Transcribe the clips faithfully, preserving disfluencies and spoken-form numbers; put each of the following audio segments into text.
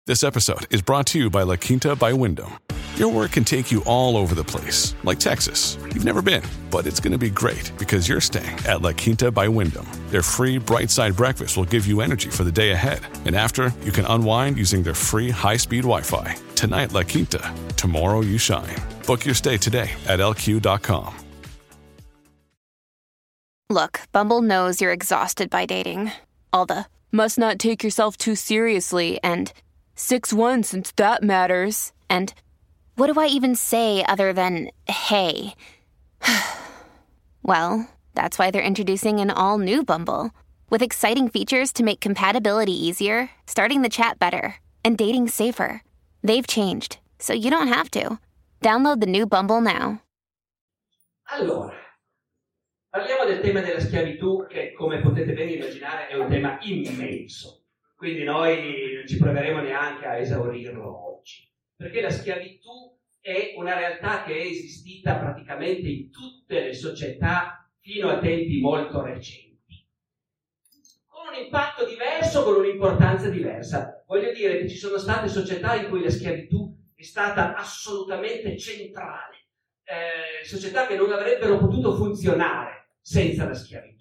This episode is brought to you by La Quinta by Wyndham. Your work can take you all over the place, like Texas. You've never been, but it's going to be great because you're staying at La Quinta by Wyndham. Their free Bright Side breakfast will give you energy for the day ahead. And after, you can unwind using their free high-speed Wi-Fi. Tonight, La Quinta. Tomorrow, you shine. Book your stay today at L Q dot com. Look, Bumble knows you're exhausted by dating. All the, must not take yourself too seriously, and six one since that matters, and what do I even say other than, hey? Well, that's why they're introducing an all-new Bumble, with exciting features to make compatibility easier, starting the chat better, and dating safer. They've changed, so you don't have to. Download the new Bumble now. Allora, parliamo del tema della schiavitù che, come potete ben immaginare, è un tema immenso. Quindi noi non ci proveremo neanche a esaurirlo oggi. Perché la schiavitù è una realtà che è esistita praticamente in tutte le società fino a tempi molto recenti. Con un impatto diverso, con un'importanza diversa. Voglio dire che ci sono state società in cui la schiavitù è stata assolutamente centrale. Eh, società che non avrebbero potuto funzionare senza la schiavitù.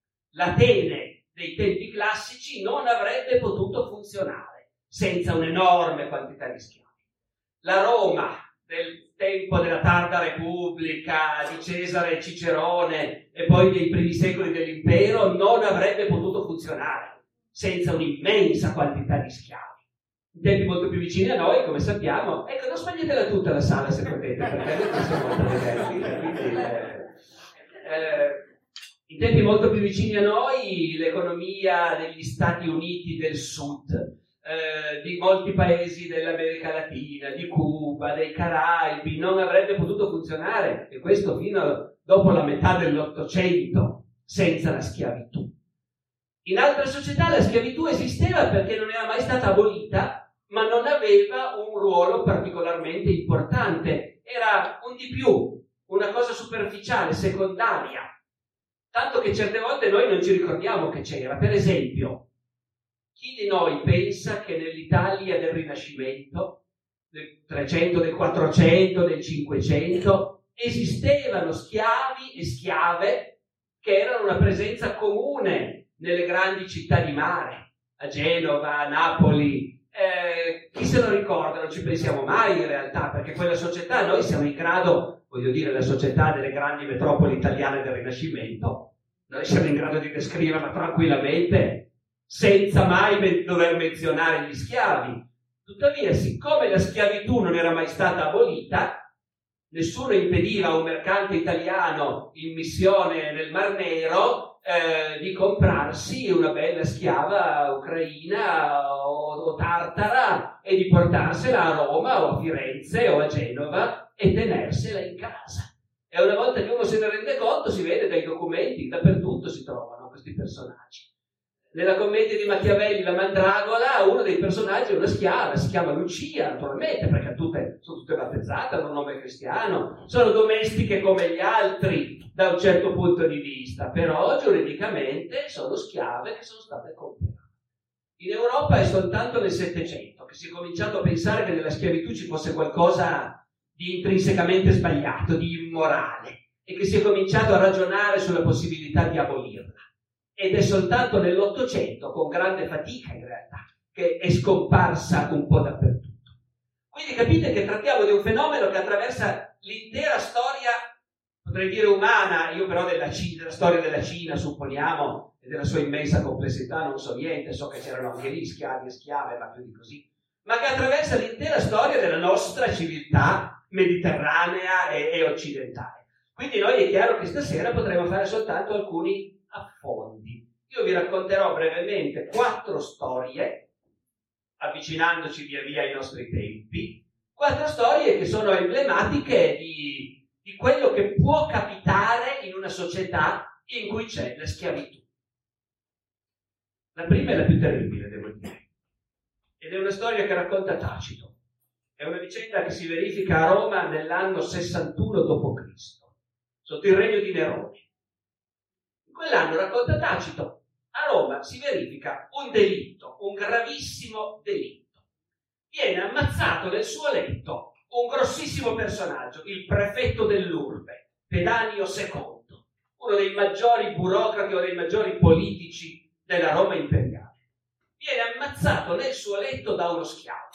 L'Atene dei tempi classici non avrebbe potuto funzionare senza un'enorme quantità di schiavi. La Roma del tempo della tarda Repubblica, di Cesare e Cicerone e poi dei primi secoli dell'impero non avrebbe potuto funzionare senza un'immensa quantità di schiavi. In tempi molto più vicini a noi, come sappiamo, ecco, non spegneteela tutta la sala se potete, perché noi siamo molto presenti, quindi, eh, eh, in tempi molto più vicini a noi, l'economia degli Stati Uniti del Sud, eh, di molti paesi dell'America Latina, di Cuba, dei Caraibi, non avrebbe potuto funzionare, e questo fino a, dopo la metà dell'Ottocento, senza la schiavitù. In altre società la schiavitù esisteva perché non era mai stata abolita, ma non aveva un ruolo particolarmente importante. Era un di più, una cosa superficiale, secondaria. Tanto che certe volte noi non ci ricordiamo che c'era. Per esempio, chi di noi pensa che nell'Italia del Rinascimento, del trecento, del quattrocento, del cinquecento, esistevano schiavi e schiave che erano una presenza comune nelle grandi città di mare, a Genova, a Napoli? Eh, chi se lo ricorda? Non ci pensiamo mai in realtà, perché quella società noi siamo in grado, voglio dire la società delle grandi metropoli italiane del Rinascimento, noi siamo in grado di descriverla tranquillamente senza mai me- dover menzionare gli schiavi. Tuttavia, siccome la schiavitù non era mai stata abolita, nessuno impediva a un mercante italiano in missione nel Mar Nero Eh, di comprarsi una bella schiava ucraina o, o tartara e di portarsela a Roma o a Firenze o a Genova e tenersela in casa. E una volta che uno se ne rende conto, si vede dai documenti, dappertutto si trovano questi personaggi. Nella commedia di Machiavelli, La Mandragola, uno dei personaggi è una schiava, si chiama Lucia, naturalmente, perché tutte, sono tutte battezzate, hanno un nome cristiano, sono domestiche come gli altri da un certo punto di vista, però giuridicamente sono schiave che sono state comprate. In Europa è soltanto nel Settecento che si è cominciato a pensare che nella schiavitù ci fosse qualcosa di intrinsecamente sbagliato, di immorale, e che si è cominciato a ragionare sulla possibilità di abolirla. Ed è soltanto nell'Ottocento, con grande fatica in realtà, che è scomparsa un po' dappertutto. Quindi capite che trattiamo di un fenomeno che attraversa l'intera storia, potrei dire umana, io però della, Cina, della storia della Cina, supponiamo, e della sua immensa complessità non so niente, so che c'erano anche lì schiavi e schiave, ma più di così, ma che attraversa l'intera storia della nostra civiltà mediterranea e, e occidentale. Quindi noi è chiaro che stasera potremo fare soltanto alcuni affondi. Io vi racconterò brevemente quattro storie, avvicinandoci via via ai nostri tempi, quattro storie che sono emblematiche di, di quello che può capitare in una società in cui c'è la schiavitù. La prima è la più terribile, devo dire, ed è una storia che racconta Tacito. È una vicenda che si verifica a Roma nell'anno sessantuno dopo Cristo, sotto il regno di Nerone. In quell'anno, racconta Tacito, a Roma si verifica un delitto, un gravissimo delitto. viene ammazzato nel suo letto un grossissimo personaggio, il prefetto dell'urbe, Pedanio secondo, uno dei maggiori burocrati o dei maggiori politici della Roma imperiale. Viene ammazzato nel suo letto da uno schiavo.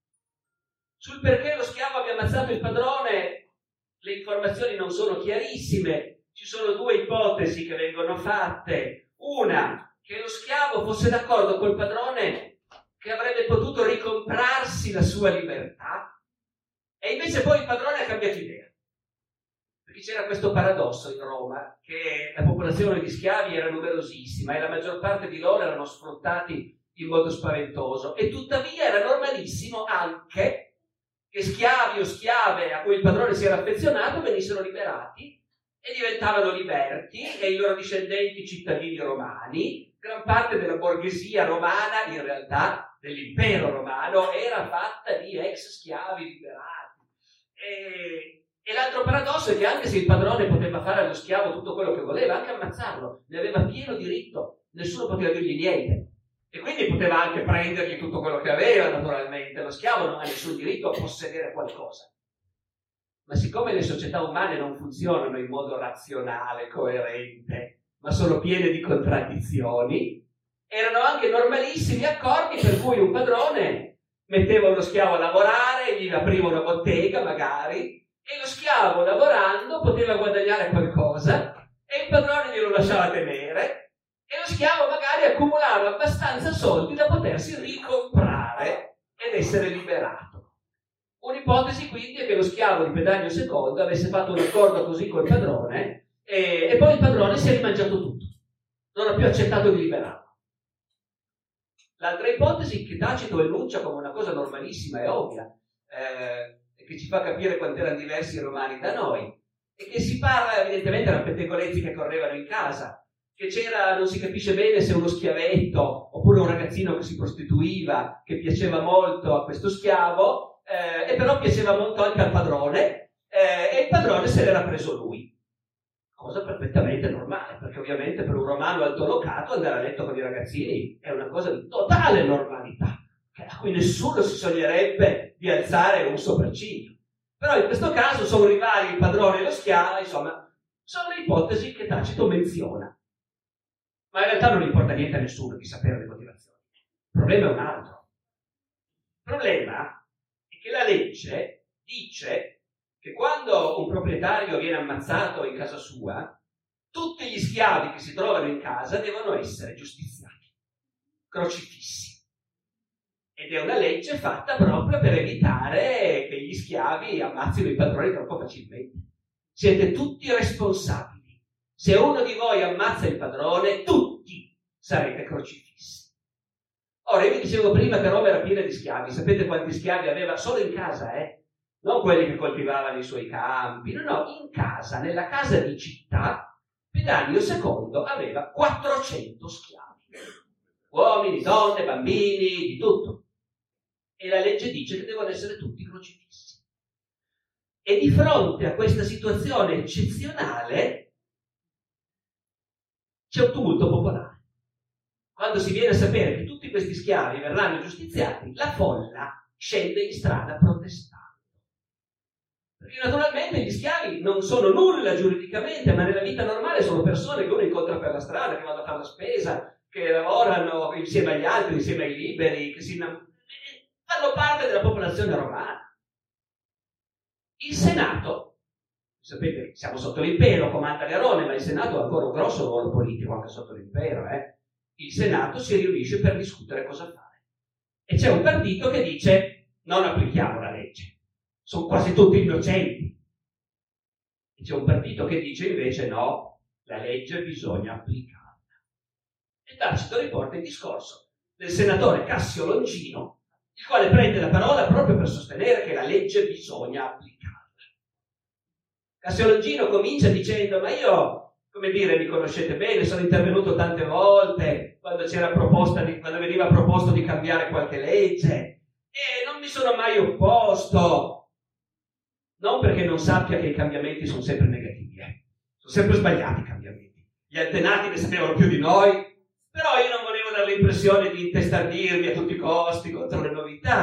Sul perché lo schiavo abbia ammazzato il padrone le informazioni non sono chiarissime, ci sono due ipotesi che vengono fatte. Una, che lo schiavo fosse d'accordo col padrone che avrebbe potuto ricomprarsi la sua libertà, e invece poi il padrone ha cambiato idea. Perché c'era questo paradosso in Roma, che la popolazione di schiavi era numerosissima e la maggior parte di loro erano sfruttati in modo spaventoso, e tuttavia era normalissimo anche che schiavi o schiave a cui il padrone si era affezionato venissero liberati e diventavano liberti, e i loro discendenti cittadini romani. Gran parte della borghesia romana, in realtà dell'impero romano, era fatta di ex schiavi liberati. E, e l'altro paradosso è che anche se il padrone poteva fare allo schiavo tutto quello che voleva, anche ammazzarlo, ne aveva pieno diritto, nessuno poteva dirgli niente. E quindi poteva anche prendergli tutto quello che aveva, naturalmente. Lo schiavo non ha nessun diritto a possedere qualcosa. Ma siccome le società umane non funzionano in modo razionale, coerente, ma sono piene di contraddizioni, erano anche normalissimi accordi per cui un padrone metteva uno schiavo a lavorare, gli apriva una bottega magari, e lo schiavo lavorando poteva guadagnare qualcosa, e il padrone glielo lasciava tenere, e lo schiavo magari accumulava abbastanza soldi da potersi ricomprare ed essere liberato. Un'ipotesi quindi è che lo schiavo di Pedanio secondo avesse fatto un accordo così col padrone e, e poi il padrone si è rimangiato tutto, non ha più accettato di liberarlo. L'altra ipotesi, che Tacito enuncia come una cosa normalissima e ovvia, eh, e che ci fa capire quanto erano diversi i romani da noi, è che si parla, evidentemente erano pettegolezzi che correvano in casa, che c'era, non si capisce bene se uno schiavetto oppure un ragazzino che si prostituiva, che piaceva molto a questo schiavo, Eh, e però piaceva molto anche al padrone, eh, e il padrone se l'era preso lui, cosa perfettamente normale, perché ovviamente per un romano altolocato andare a letto con i ragazzini è una cosa di totale normalità, a cui nessuno si sognerebbe di alzare un sopracciglio. Però in questo caso sono rivali il padrone e lo schiavo, insomma sono le ipotesi che Tacito menziona, ma in realtà non importa niente a nessuno di sapere le motivazioni. Il problema è un altro. Il problema che la legge dice che quando un proprietario viene ammazzato in casa sua, tutti gli schiavi che si trovano in casa devono essere giustiziati, crocifissi. Ed è una legge fatta proprio per evitare che gli schiavi ammazzino i padroni troppo facilmente. Siete tutti responsabili. Se uno di voi ammazza il padrone, tutti sarete crocifissi. Ora, io vi dicevo prima che Roma era piena di schiavi. Sapete quanti schiavi aveva? Solo in casa, eh? Non quelli che coltivavano i suoi campi. No, no, in casa, nella casa di città, Pedanio secondo aveva quattrocento schiavi. Uomini, donne, bambini, di tutto. E la legge dice che devono essere tutti crocifissi. E di fronte a questa situazione eccezionale c'è un tumulto popolare. Quando si viene a sapere che tutti questi schiavi verranno giustiziati, la folla scende in strada protestando. Perché naturalmente gli schiavi non sono nulla giuridicamente, ma nella vita normale sono persone che uno incontra per la strada, che vanno a fare la spesa, che lavorano insieme agli altri, insieme ai liberi, che si innam- fanno parte della popolazione romana. Il Senato, sapete, siamo sotto l'impero, comanda Nerone, ma il Senato ha ancora un grosso ruolo politico anche sotto l'impero, eh? Il Senato si riunisce per discutere cosa fare. E c'è un partito che dice non applichiamo la legge, sono quasi tutti innocenti. E c'è un partito che dice invece no, la legge bisogna applicarla. E Tacito riporta il discorso del senatore Cassio Longino, il quale prende la parola proprio per sostenere che la legge bisogna applicarla. Cassio Longino comincia dicendo ma io, come dire, mi conoscete bene, sono intervenuto tante volte quando c'era proposta di, quando veniva proposto di cambiare qualche legge e non mi sono mai opposto, non perché non sappia che i cambiamenti sono sempre negativi, eh. Sono sempre sbagliati i cambiamenti, gli antenati ne sapevano più di noi, però io non volevo dare l'impressione di intestardirmi a tutti i costi contro le novità, quindi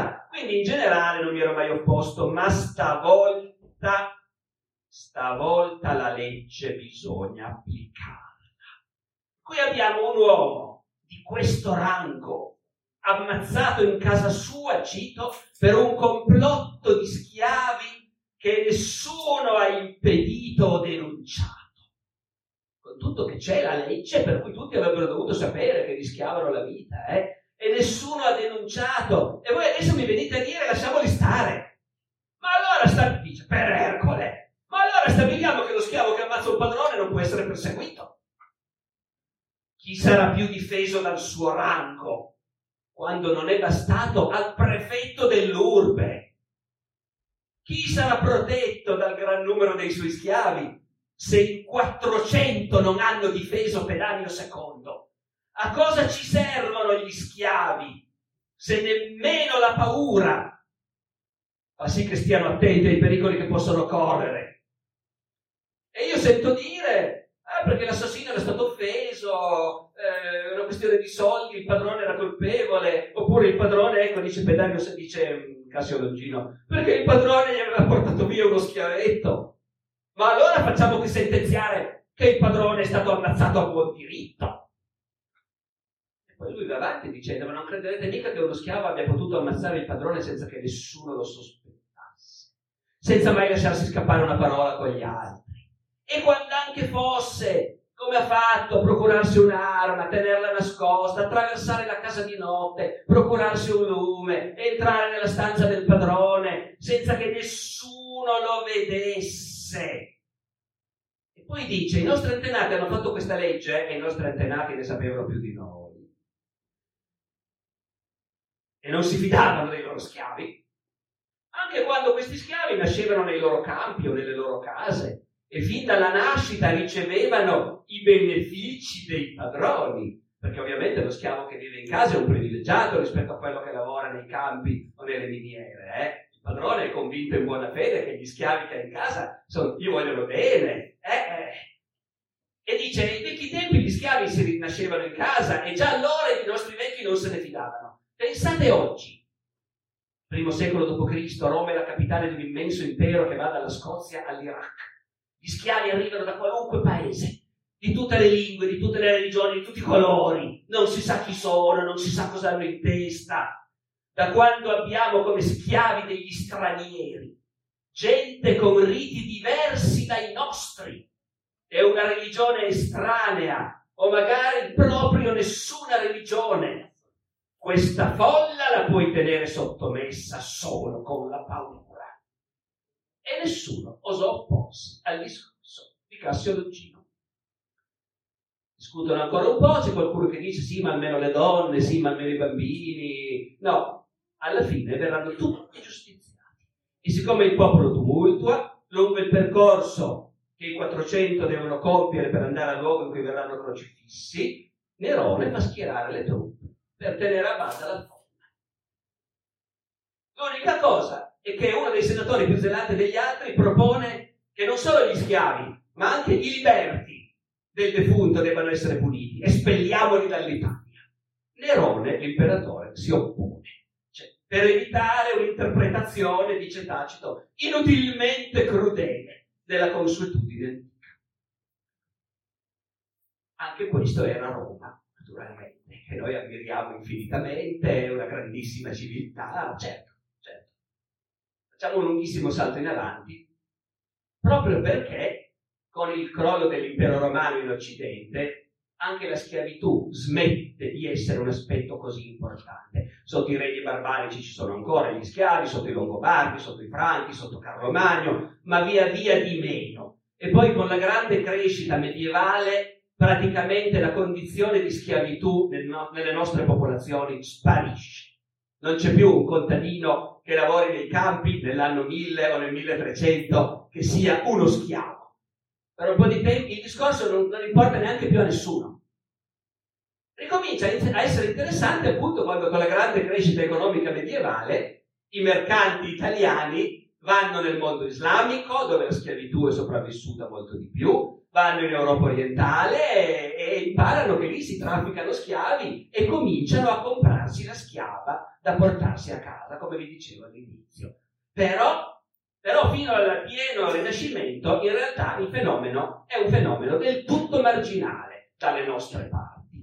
quindi in generale non mi ero mai opposto, ma stavolta, stavolta la legge bisogna applicarla. Qui abbiamo un uomo di questo rango, ammazzato in casa sua, cito, per un complotto di schiavi che nessuno ha impedito o denunciato. Con tutto che c'è la legge per cui tutti avrebbero dovuto sapere che rischiavano la vita, eh? E nessuno ha denunciato. E voi adesso mi venite a dire lasciamoli stare. Ma allora sta, dice, per Ercole, ma allora stabiliamo che lo schiavo che ammazza un padrone non può essere perseguito. Chi sarà più difeso dal suo rango quando non è bastato al prefetto dell'urbe? Chi sarà protetto dal gran numero dei suoi schiavi se in quattrocento non hanno difeso Pedanio secondo? A cosa ci servono gli schiavi se nemmeno la paura fa sì che stiano attenti ai pericoli che possono correre? E io sento dire, ah, perché l'assassino era stato offeso, eh, è una questione di soldi, il padrone era colpevole, oppure il padrone, ecco, dice Pedanio, dice Cassio Longino, perché il padrone gli aveva portato via uno schiavetto. Ma allora facciamo che sentenziare che il padrone è stato ammazzato a buon diritto. E poi lui va avanti dicendo, ma non crederete mica che uno schiavo abbia potuto ammazzare il padrone senza che nessuno lo sospettasse, senza mai lasciarsi scappare una parola con gli altri. E quando anche fosse, come ha fatto, procurarsi un'arma, tenerla nascosta, attraversare la casa di notte, procurarsi un lume, entrare nella stanza del padrone senza che nessuno lo vedesse. E poi dice, i nostri antenati hanno fatto questa legge e i nostri antenati ne sapevano più di noi. E non si fidavano dei loro schiavi, anche quando questi schiavi nascevano nei loro campi o nelle loro case e fin dalla nascita ricevevano i benefici dei padroni, perché ovviamente lo schiavo che vive in casa è un privilegiato rispetto a quello che lavora nei campi o nelle miniere. Eh? Il padrone è convinto in buona fede che gli schiavi che ha in casa sono, gli vogliono bene. Eh? Eh. E dice, nei vecchi tempi gli schiavi si rinascevano in casa e già allora i nostri vecchi non se ne fidavano. Pensate oggi, primo secolo dopo Cristo, Roma è la capitale di un immenso impero che va dalla Scozia all'Iraq. Gli schiavi arrivano da qualunque paese, di tutte le lingue, di tutte le religioni, di tutti i colori. Non si sa chi sono, non si sa cosa hanno in testa. Da quando abbiamo come schiavi degli stranieri, gente con riti diversi dai nostri, e una religione estranea, o magari proprio nessuna religione, questa folla la puoi tenere sottomessa solo con la paura. E nessuno osò opporsi al discorso di Cassio Longino. Discutono ancora un po', c'è qualcuno che dice sì, ma almeno le donne, sì, ma almeno i bambini. No, alla fine verranno tutti giustiziati. E siccome il popolo tumultua, lungo il percorso che i quattrocento devono compiere per andare al luogo in cui verranno crocifissi, Nerone fa schierare le truppe per tenere a bada la folla. L'unica cosa è che uno dei senatori più zelanti degli altri propone che non solo gli schiavi, ma anche i liberti del defunto debbano essere puniti, espelliamoli dall'Italia. Nerone, l'imperatore, si oppone. Cioè, per evitare un'interpretazione, dice Tacito, inutilmente crudele della consuetudine antica. Anche questo era Roma, naturalmente, che noi ammiriamo infinitamente, è una grandissima civiltà, certo, certo. Facciamo un lunghissimo salto in avanti, proprio perché con il crollo dell'impero romano in Occidente anche la schiavitù smette di essere un aspetto così importante. Sotto i regni barbarici ci sono ancora gli schiavi, sotto i Longobardi, sotto i Franchi, sotto Carlo Magno, ma via via di meno. E poi con la grande crescita medievale praticamente la condizione di schiavitù nel no- nelle nostre popolazioni sparisce. Non c'è più un contadino che lavori nei campi nell'anno mille o nel milletrecento che sia uno schiavo. Per un po' di tempo il discorso non, non importa neanche più a nessuno. Ricomincia a essere interessante appunto quando con la grande crescita economica medievale i mercanti italiani vanno nel mondo islamico, dove la schiavitù è sopravvissuta molto di più, vanno in Europa orientale e, e imparano che lì si trafficano schiavi e cominciano a comprarsi la schiava da portarsi a casa, come vi dicevo all'inizio. Però, però fino al pieno Rinascimento, in realtà il fenomeno è un fenomeno del tutto marginale dalle nostre parti.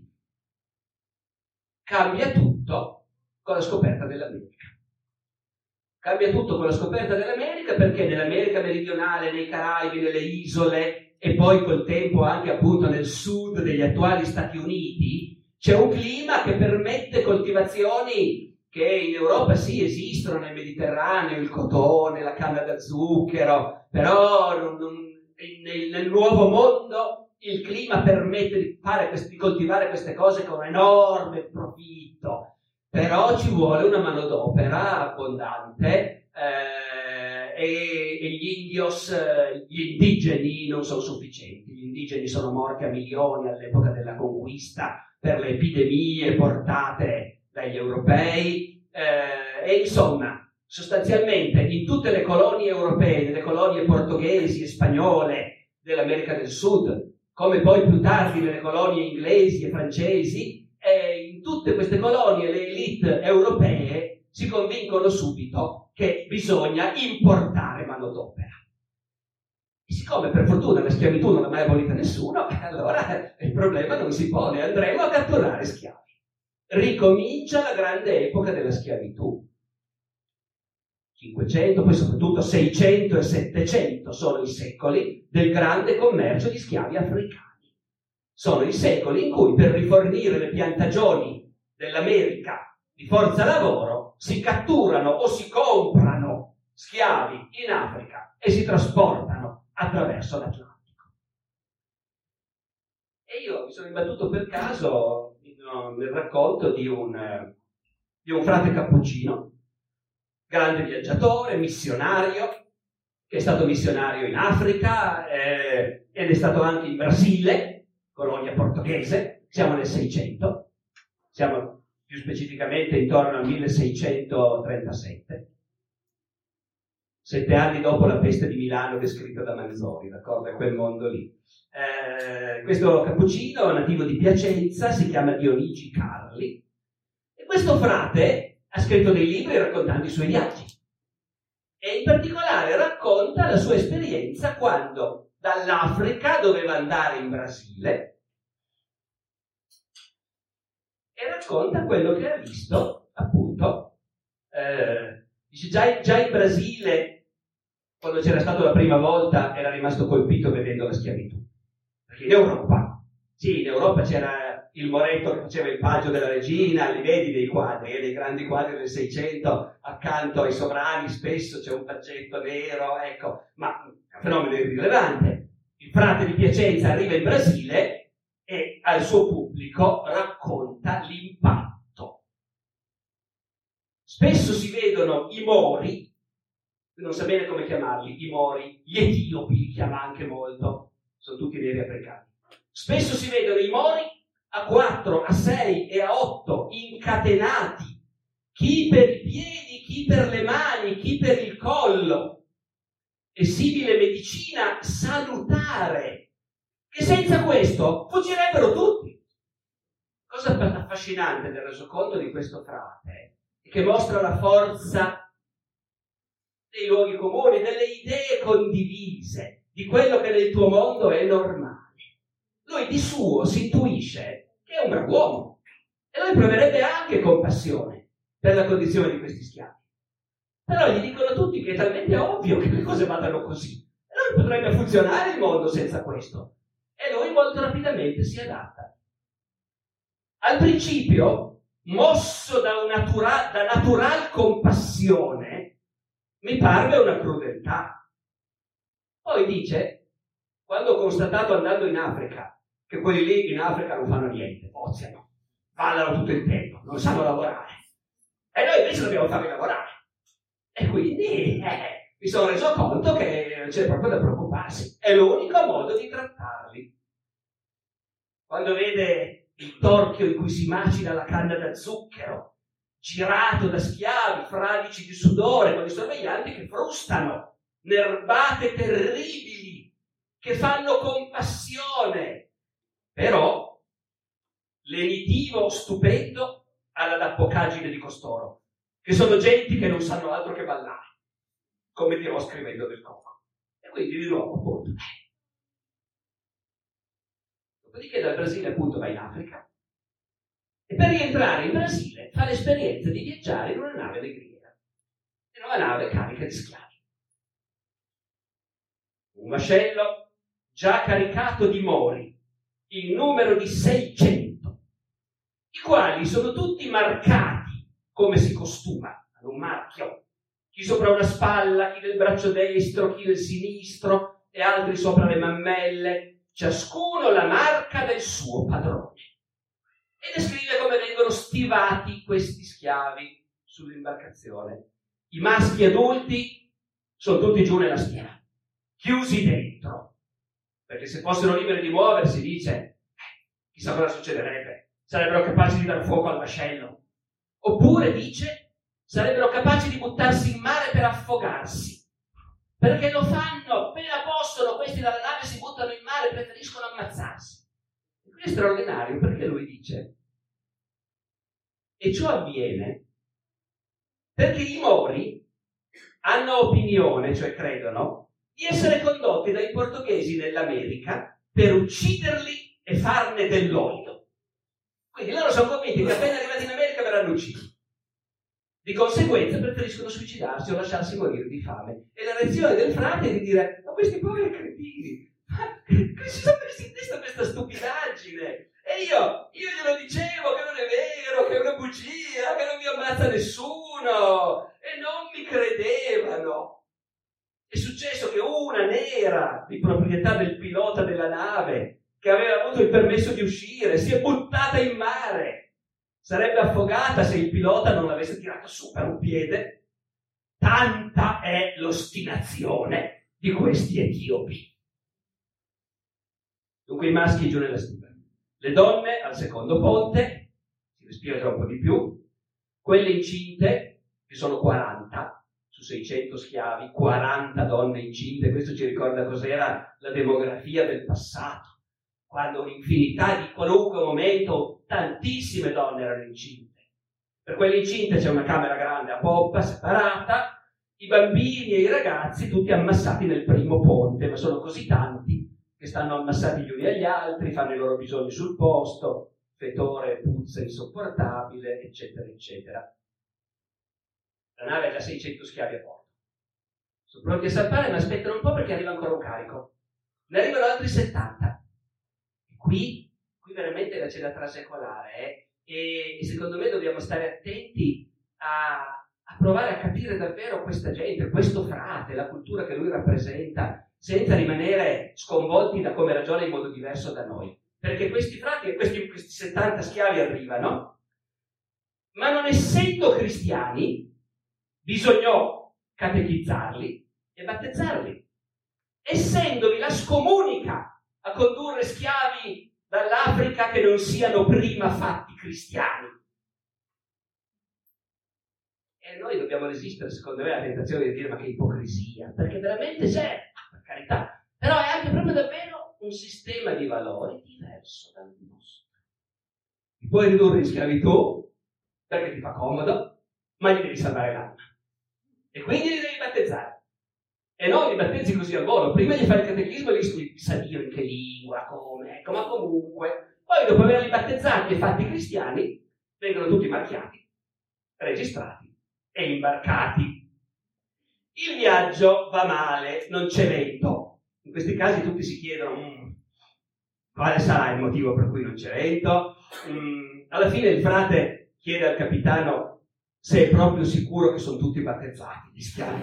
Cambia tutto con la scoperta dell'America. Cambia tutto con la scoperta dell'America perché nell'America meridionale, nei Caraibi, nelle isole e poi col tempo anche appunto nel sud degli attuali Stati Uniti c'è un clima che permette coltivazioni che in Europa sì esistono nel Mediterraneo, il cotone, la canna da zucchero, però non, non, nel, nel nuovo mondo il clima permette di, fare, di coltivare queste cose con enorme profitto. Però ci vuole una manodopera abbondante eh, e, e gli indios, gli indigeni non sono sufficienti. Gli indigeni sono morti a milioni all'epoca della conquista per le epidemie portate dagli europei eh, e insomma, sostanzialmente in tutte le colonie europee, nelle colonie portoghesi e spagnole dell'America del Sud, come poi più tardi nelle colonie inglesi e francesi, e in tutte queste colonie le elite europee si convincono subito che bisogna importare manodopera. E siccome per fortuna la schiavitù non l'ha mai abolita nessuno, allora il problema non si pone, andremo a catturare schiavi. Ricomincia la grande epoca della schiavitù. cinquecento, poi soprattutto seicento e settecento sono i secoli del grande commercio di schiavi africani. Sono i secoli in cui per rifornire le piantagioni dell'America di forza lavoro si catturano o si comprano schiavi in Africa e si trasportano attraverso l'Atlantico. E io mi sono imbattuto per caso nel racconto di un, di un frate cappuccino, grande viaggiatore, missionario, che è stato missionario in Africa eh, ed è stato anche in Brasile, colonia portoghese, siamo nel seicento, siamo più specificamente intorno al milleseicentotrentasette, sette anni dopo la peste di Milano descritta da Manzoni, d'accordo? È quel mondo lì. Eh, questo cappuccino, nativo di Piacenza, si chiama Dionigi Carli, e questo frate ha scritto dei libri raccontando i suoi viaggi, e in particolare racconta la sua esperienza quando dall'Africa doveva andare in Brasile e racconta quello che ha visto, appunto. Eh, dice già, già in Brasile, quando c'era stato la prima volta, era rimasto colpito vedendo la schiavitù. Perché in Europa, sì, in Europa c'era il Moretto che faceva il paggio della regina, li vedi dei quadri, eh, dei grandi quadri del Seicento, accanto ai sovrani spesso c'è un paggetto nero, ecco, ma è un fenomeno irrilevante. Il frate di Piacenza arriva in Brasile e al suo pubblico racconta l'impatto. Spesso si vedono i Mori, non sa bene come chiamarli, i Mori, gli Etiopi li chiama anche molto, sono tutti neri africani. Spesso si vedono i Mori a quattro, a sei e a otto incatenati, chi per i piedi, chi per le mani, chi per il collo, e simile medicina salutare, che senza questo fuggirebbero tutti. Cosa affascinante del resoconto di questo frate è che mostra la forza dei luoghi comuni, delle idee condivise, di quello che nel tuo mondo è normale. Lui di suo si intuisce che è un brav'uomo e lui proverebbe anche compassione per la condizione di questi schiavi. Però gli dicono tutti che è talmente ovvio che le cose vadano così. E non potrebbe funzionare il mondo senza questo. E lui molto rapidamente si adatta. Al principio, mosso da, un natura, da natural compassione, mi parve una crudeltà. Poi dice, quando ho constatato andando in Africa, che quelli lì in Africa non fanno niente, oziano, ballano tutto il tempo, non sanno lavorare. E noi invece dobbiamo farli lavorare. E quindi eh, mi sono reso conto che c'è proprio da preoccuparsi. È l'unico modo di trattarli. Quando vede il torchio in cui si macina la canna da zucchero, girato da schiavi, fradici di sudore, con i sorveglianti che frustano, nerbate terribili, che fanno compassione. Però lenitivo stupendo alla dappocaggine di costoro, che sono genti che non sanno altro che ballare, come dirò scrivendo del Coco. E quindi di nuovo, appunto. Dopodiché dal Brasile appunto va in Africa e per rientrare in Brasile fa l'esperienza di viaggiare in una nave negriera, in una nave carica di schiavi. Un vascello già caricato di mori, in numero di seicento, i quali sono tutti marcati come si costuma, hanno un marchio, chi sopra una spalla, chi del braccio destro, chi del sinistro e altri sopra le mammelle, ciascuno la marca del suo padrone. E descrive come vengono stivati questi schiavi sull'imbarcazione. I maschi adulti sono tutti giù nella schiena, chiusi dentro, perché se fossero liberi di muoversi, dice, eh, chissà cosa succederebbe, sarebbero capaci di dar fuoco al vascello. Oppure, dice, sarebbero capaci di buttarsi in mare per affogarsi, perché lo fanno, appena possono, questi dalla nave si buttano in mare, preferiscono ammazzarsi. E qui è straordinario perché lui dice, e ciò avviene perché i Mori hanno opinione, cioè credono, di essere condotti dai portoghesi nell'America per ucciderli e farne dell'olio. Quindi loro sono convinti che appena arrivati in America verranno uccisi. Di conseguenza preferiscono suicidarsi o lasciarsi morire di fame. E la reazione del frate è di dire, ma questi poveri cretini, ma che si sono messi in testa questa stupidaggine? E io, io glielo dicevo che non è vero, che è una bugia, che non mi ammazza nessuno. E non mi credevano. È successo che una nera, di proprietà del pilota della nave, che aveva avuto il permesso di uscire, si è buttata in mare. Sarebbe affogata se il pilota non l'avesse tirato su per un piede. Tanta è l'ostinazione di questi etiopi. Dunque i maschi giù nella stiva. Le donne al secondo ponte, si respira già un po' di più. Quelle incinte, che sono quaranta, su seicento schiavi, quaranta donne incinte. Questo ci ricorda cos'era la demografia del passato, quando un'infinità di qualunque momento tantissime donne erano incinte. Per quelle incinte c'è una camera grande a poppa separata, i bambini e i ragazzi tutti ammassati nel primo ponte, ma sono così tanti che stanno ammassati gli uni agli altri, fanno i loro bisogni sul posto, fetore, puzza insopportabile, eccetera, eccetera. La nave ha già seicento schiavi a bordo. Sono pronti a salpare, ma aspettano un po' perché arriva ancora un carico. Ne arrivano altri settanta. E qui, qui veramente la c'è da trasecolare, eh? e, e secondo me dobbiamo stare attenti a, a provare a capire davvero questa gente, questo frate, la cultura che lui rappresenta, senza rimanere sconvolti da come ragiona in modo diverso da noi. Perché questi frati, questi, questi settanta schiavi arrivano, ma non essendo cristiani, bisognò catechizzarli e battezzarli. Essendovi la scomunica a condurre schiavi dall'Africa che non siano prima fatti cristiani. E noi dobbiamo resistere, secondo me, alla tentazione di dire ma che ipocrisia, perché veramente c'è, per carità, però è anche proprio davvero un sistema di valori diverso dal nostro. Ti puoi ridurre in schiavitù perché ti fa comodo, ma gli devi salvare l'anima. E quindi li devi battezzare. E non li battezzi così al volo. Prima gli fai il catechismo e gli sa Dio in che lingua, come, ecco, ma comunque. Poi dopo averli battezzati e fatti cristiani, vengono tutti marchiati, registrati e imbarcati. Il viaggio va male, non c'è vento. In questi casi tutti si chiedono mm, quale sarà il motivo per cui non c'è vento. Mm, alla fine il frate chiede al capitano se è proprio sicuro che sono tutti battezzati, gli schiavi.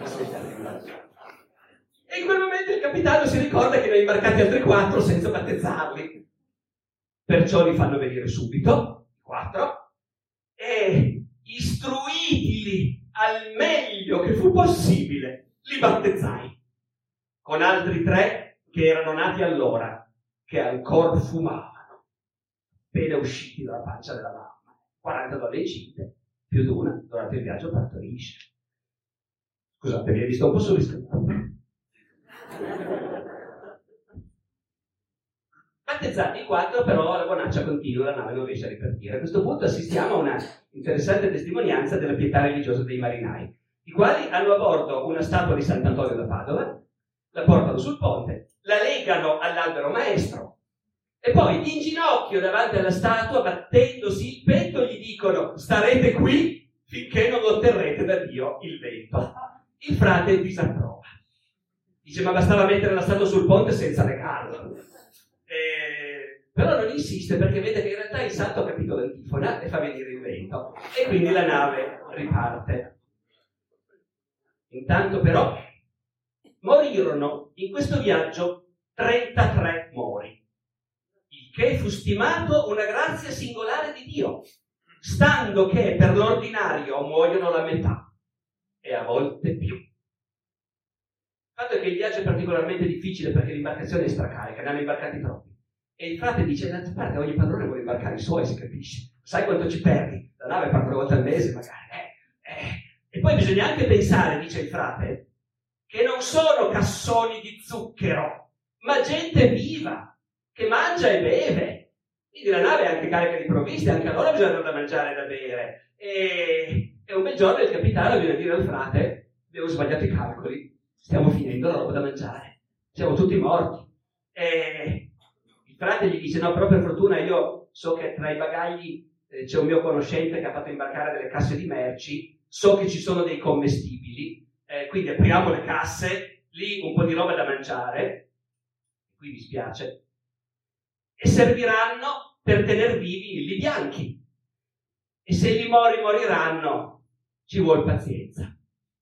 E in quel momento il capitano si ricorda che ne ha imbarcati altri quattro senza battezzarli. Perciò li fanno venire subito, quattro, e istruitili al meglio che fu possibile, li battezzai. Con altri tre che erano nati allora, che ancora fumavano, appena usciti dalla pancia della mamma. quaranta donne incinte, più di una, durante il viaggio partorisce. Scusate, mi hai visto un po' surriscaldato. Battezzati i quattro, però la bonaccia continua, la nave non riesce a ripartire. A questo punto assistiamo a una interessante testimonianza della pietà religiosa dei marinai, i quali hanno a bordo una statua di Sant'Antonio da Padova, la portano sul ponte, la legano all'albero maestro e poi in ginocchio davanti alla statua, battendosi il petto, gli dicono: starete qui finché non otterrete da Dio il vento. Il frate disapprova. Dice: ma bastava mettere la statua sul ponte senza legarlo. Eh, però non insiste, perché vede che in realtà il santo ha capito l'antifona e fa venire il vento. E quindi la nave riparte. Intanto però morirono in questo viaggio trentatré mori, il che fu stimato una grazia singolare di Dio, stando che per l'ordinario muoiono la metà e a volte più. Il fatto è che il viaggio è particolarmente difficile perché l'imbarcazione è stracarica, ne hanno imbarcati troppi. E il frate dice: d'altra parte ogni padrone vuole imbarcare i suoi, si capisce. Sai quanto ci perdi? La nave parte una volta al mese magari. Eh, eh. E poi bisogna anche pensare, dice il frate, che non sono cassoni di zucchero, ma gente viva, che mangia e beve. Quindi la nave è anche carica di provviste, anche a loro bisogna dare da mangiare e da bere. E, e un bel giorno il capitano viene a dire al frate: abbiamo sbagliato i calcoli, stiamo finendo la roba da mangiare, siamo tutti morti. E il frate gli dice: no, però per fortuna io so che tra i bagagli eh, c'è un mio conoscente che ha fatto imbarcare delle casse di merci, so che ci sono dei commestibili, eh, quindi apriamo le casse, lì un po' di roba da mangiare, qui mi spiace, e serviranno per tener vivi i libianchi. E se i mori moriranno, ci vuole pazienza.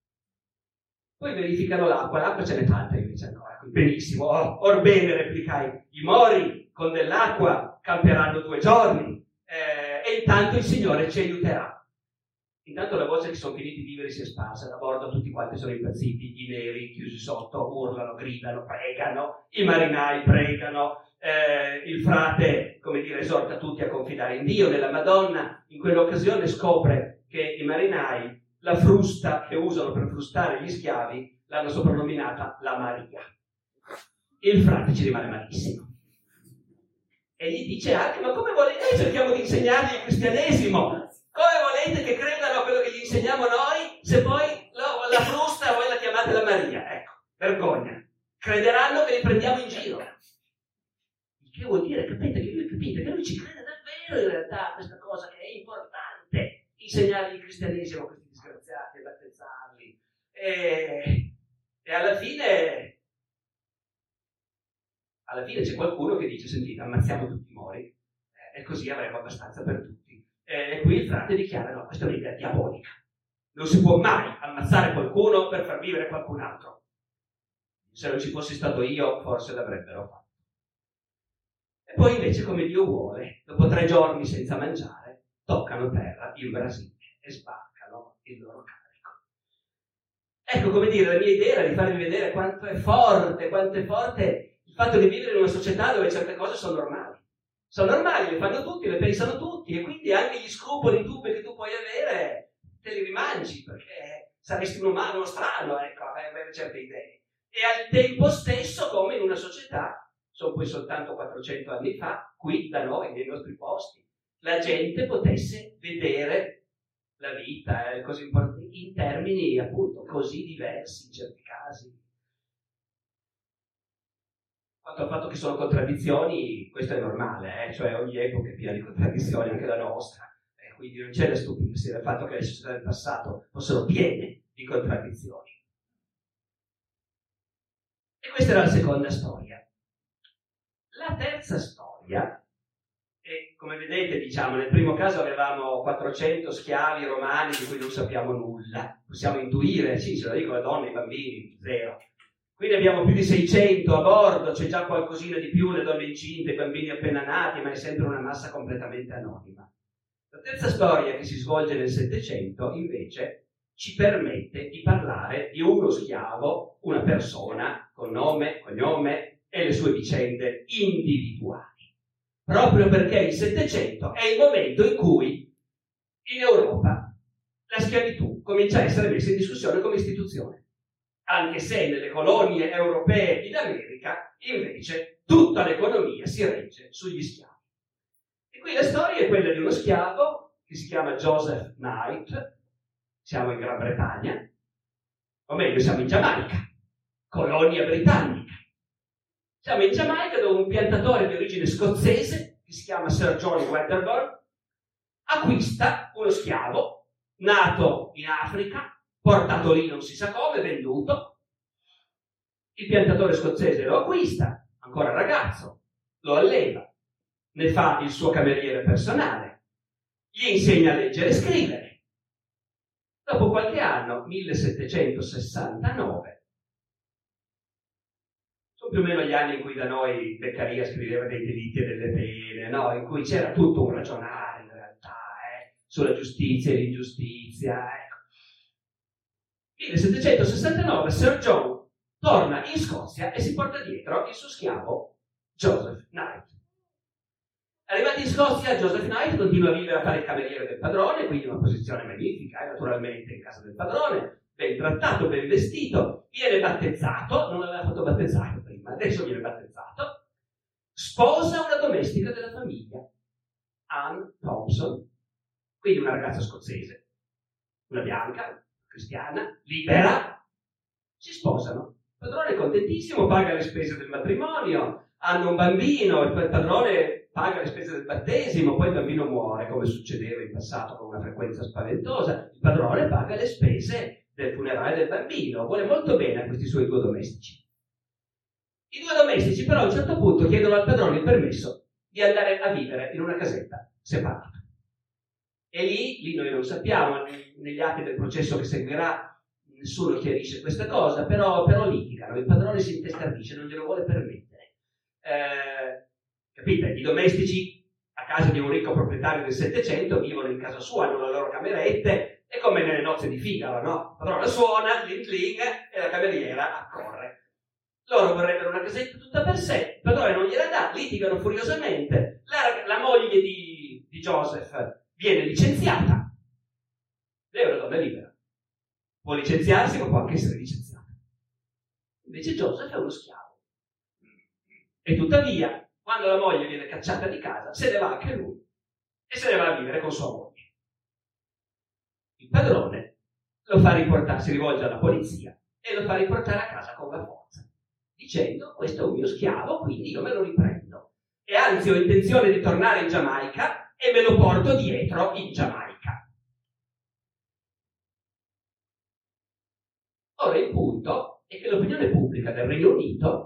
Poi verificano l'acqua, l'acqua ce n'è tanta, invece no, ecco, benissimo, oh, orbene, replicai, i mori con dell'acqua camperanno due giorni, eh, e intanto il Signore ci aiuterà. Intanto la voce che sono finiti i viveri si è sparsa, a bordo tutti quanti sono impazziti, i neri chiusi sotto, urlano, gridano, pregano, i marinai pregano, eh, il frate, come dire, esorta tutti a confidare in Dio, nella Madonna. In quell'occasione scopre che i marinai la frusta che usano per frustare gli schiavi l'hanno soprannominata la Maria. Il frate ci rimane malissimo e gli dice anche: ma come volete? Noi cerchiamo di insegnargli il cristianesimo, come volete che credano a quello che gli insegniamo noi se poi lo, la frusta voi la chiamate la Maria? Ecco, vergogna, crederanno che li prendiamo in giro. Il che vuol dire, capite, che lui capite che lui ci crede davvero in realtà a questa cosa, che è importante insegnargli il cristianesimo a questi disgraziati e battezzarli. E, e alla fine alla fine c'è qualcuno che dice: sentite, ammazziamo tutti i mori, eh, e così avremo abbastanza per tutti. Eh, e qui il frate dichiara: no, questa è un'idea diabolica, non si può mai ammazzare qualcuno per far vivere qualcun altro. Se non ci fossi stato io, forse l'avrebbero fatto. E poi invece, come Dio vuole, dopo tre giorni senza mangiare, toccano terra in Brasile e sbarcano il loro carico. Ecco, come dire, la mia idea era di farvi vedere quanto è forte, quanto è forte il fatto di vivere in una società dove certe cose sono normali. Sono normali, le fanno tutti, le pensano tutti, e quindi anche gli scrupoli, i dubbi che tu puoi avere, te li rimangi, perché saresti un umano, uno strano, ecco, avere certe idee. E al tempo stesso, come in una società, sono poi soltanto quattrocento anni fa, qui da noi, nei nostri posti, la gente potesse vedere la vita, eh, cose importanti, in termini appunto così diversi in certi casi. Quanto al fatto che sono contraddizioni, questo è normale, eh? Cioè ogni epoca è piena di contraddizioni, anche la nostra, eh, quindi non c'è da stupirsi del fatto che le società del passato fossero piene di contraddizioni. E questa era la seconda storia. La terza storia, e come vedete, diciamo, nel primo caso avevamo quattrocento schiavi romani di cui non sappiamo nulla, possiamo intuire, sì, ce lo dico, le donne, i bambini, zero. Quindi abbiamo più di seicento a bordo, c'è già qualcosina di più, le donne incinte, i bambini appena nati, ma è sempre una massa completamente anonima. La terza storia, che si svolge nel Settecento, invece, ci permette di parlare di uno schiavo, una persona, con nome, cognome e le sue vicende individuali. Proprio perché il Settecento è il momento in cui in Europa la schiavitù comincia a essere messa in discussione come istituzione, anche se nelle colonie europee in America invece tutta l'economia si regge sugli schiavi. E qui la storia è quella di uno schiavo che si chiama Joseph Knight. Siamo in Gran Bretagna, o meglio siamo in Giamaica, colonia britannica. Siamo in Giamaica dove un piantatore di origine scozzese, che si chiama Sir John Wedderburn, acquista uno schiavo nato in Africa, portato lì non si sa come, venduto. Il piantatore scozzese lo acquista, ancora ragazzo, lo alleva, ne fa il suo cameriere personale, gli insegna a leggere e scrivere. Dopo qualche anno, millesettecentosessantanove, sono più o meno gli anni in cui da noi Beccaria scriveva dei delitti e delle pene, no? In cui c'era tutto un ragionare in realtà, eh? Sulla giustizia e l'ingiustizia. Ecco. millesettecentosessantanove Sir John torna in Scozia e si porta dietro il suo schiavo Joseph Knight. Arrivati in Scozia, Joseph Knight continua a vivere a fare il cameriere del padrone, quindi una posizione magnifica, eh, naturalmente in casa del padrone, ben trattato, ben vestito, viene battezzato, non aveva fatto battezzare prima, adesso viene battezzato, sposa una domestica della famiglia, Anne Thompson, quindi una ragazza scozzese, una bianca, cristiana, libera, si sposano. Il padrone è contentissimo, paga le spese del matrimonio, hanno un bambino, il padrone paga le spese del battesimo, poi il bambino muore, come succedeva in passato con una frequenza spaventosa. Il padrone paga le spese del funerale del bambino, vuole molto bene a questi suoi due domestici. I due domestici però a un certo punto chiedono al padrone il permesso di andare a vivere in una casetta separata. E lì, lì noi non sappiamo, negli atti del processo che seguirà nessuno chiarisce questa cosa, però, però litigano, il padrone si intestardisce, non glielo vuole permettere. Eh, Capite? I domestici a casa di un ricco proprietario del Settecento vivono in casa sua, hanno le loro camerette, è come nelle nozze di Figaro, no? Il padrone suona, cling cling, e la cameriera accorre. Loro vorrebbero una casetta tutta per sé, il padrone non gliela dà, litigano furiosamente. La, la moglie di, di Joseph viene licenziata. Lei è una donna libera. Può licenziarsi, ma può anche essere licenziata. Invece Joseph è uno schiavo. E tuttavia, quando la moglie viene cacciata di casa, se ne va anche lui e se ne va a vivere con sua moglie. Il padrone lo fa riportare, si rivolge alla polizia e lo fa riportare a casa con la forza, dicendo: questo è un mio schiavo, quindi io me lo riprendo. E anzi ho intenzione di tornare in Giamaica e me lo porto dietro in Giamaica. Ora il punto è che l'opinione pubblica del Regno Unito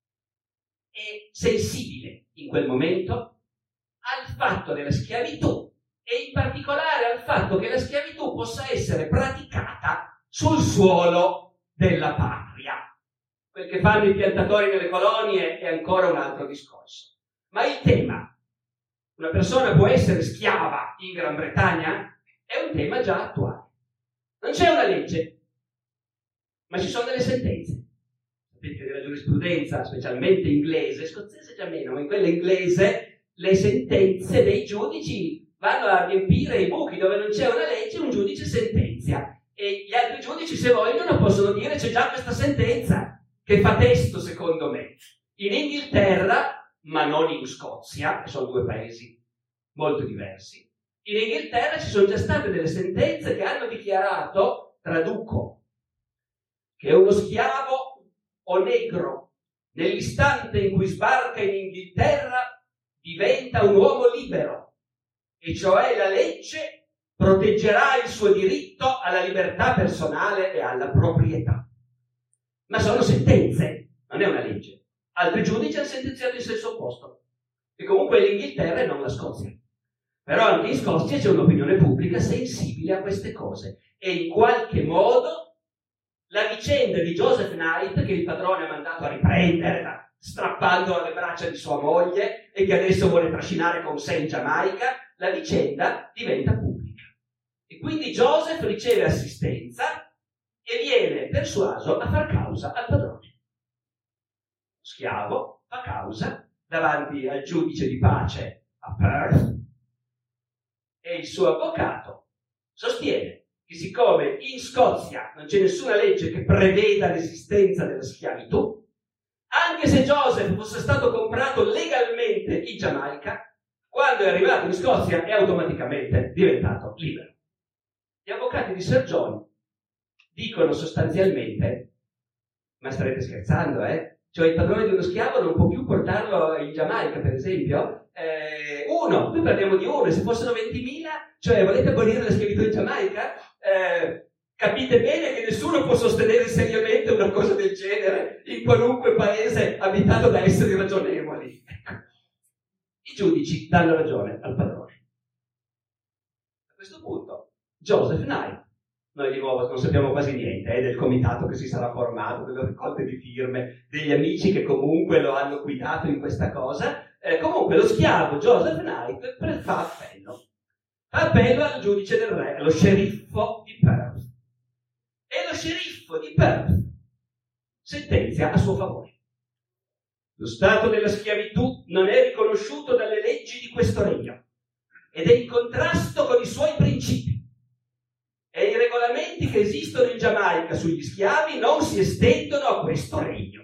è sensibile in quel momento al fatto della schiavitù e in particolare al fatto che la schiavitù possa essere praticata sul suolo della patria. Quel che fanno i piantatori nelle colonie è ancora un altro discorso. Ma il tema, una persona può essere schiava in Gran Bretagna, è un tema già attuale. Non c'è una legge, ma ci sono delle sentenze. Sapete che nella giurisprudenza, specialmente inglese, scozzese già meno, ma in quella inglese le sentenze dei giudici vanno a riempire i buchi. Dove non c'è una legge, un giudice sentenzia. E gli altri giudici, se vogliono, possono dire: c'è già questa sentenza che fa testo, secondo me. In Inghilterra, ma non in Scozia, che sono due paesi molto diversi, in Inghilterra ci sono già state delle sentenze che hanno dichiarato, traduco, che uno schiavo o negro, nell'istante in cui sbarca in Inghilterra, diventa un uomo libero, e cioè la legge proteggerà il suo diritto alla libertà personale e alla proprietà. Ma sono sentenze, non è una legge. Altri giudici hanno sentenziato in senso opposto, e comunque l'Inghilterra e non la Scozia. Però anche in Scozia c'è un'opinione pubblica sensibile a queste cose, e in qualche modo la vicenda di Joseph Knight, che il padrone ha mandato a riprendere strappando alle braccia di sua moglie e che adesso vuole trascinare con sé in Giamaica, la vicenda diventa pubblica. E quindi Joseph riceve assistenza e viene persuaso a far causa al padrone. Schiavo fa causa davanti al giudice di pace a Perth e il suo avvocato sostiene che siccome in Scozia non c'è nessuna legge che preveda l'esistenza della schiavitù, anche se Joseph fosse stato comprato legalmente in Giamaica, quando è arrivato in Scozia è automaticamente diventato libero. Gli avvocati di Sir John dicono sostanzialmente: ma starete scherzando, eh? Cioè il padrone di uno schiavo non può più portarlo in Giamaica, per esempio? Eh, uno, qui parliamo di uno, e se fossero ventimila, cioè volete abolire la schiavitù in Giamaica? Eh, capite bene che nessuno può sostenere seriamente una cosa del genere in qualunque paese abitato da esseri ragionevoli. I giudici danno ragione al padrone. A questo punto Joseph Knight, noi di nuovo non sappiamo quasi niente eh, del comitato che si sarà formato, delle raccolte di firme, degli amici che comunque lo hanno guidato in questa cosa, eh, comunque lo schiavo Joseph Knight fa appello. Fa appello al giudice del re, allo sceriffo di Perth. E lo sceriffo di Perth sentenzia a suo favore. Lo stato della schiavitù non è riconosciuto dalle leggi di questo regno ed è in contrasto con i suoi principi. E i regolamenti che esistono in Giamaica sugli schiavi non si estendono a questo regno.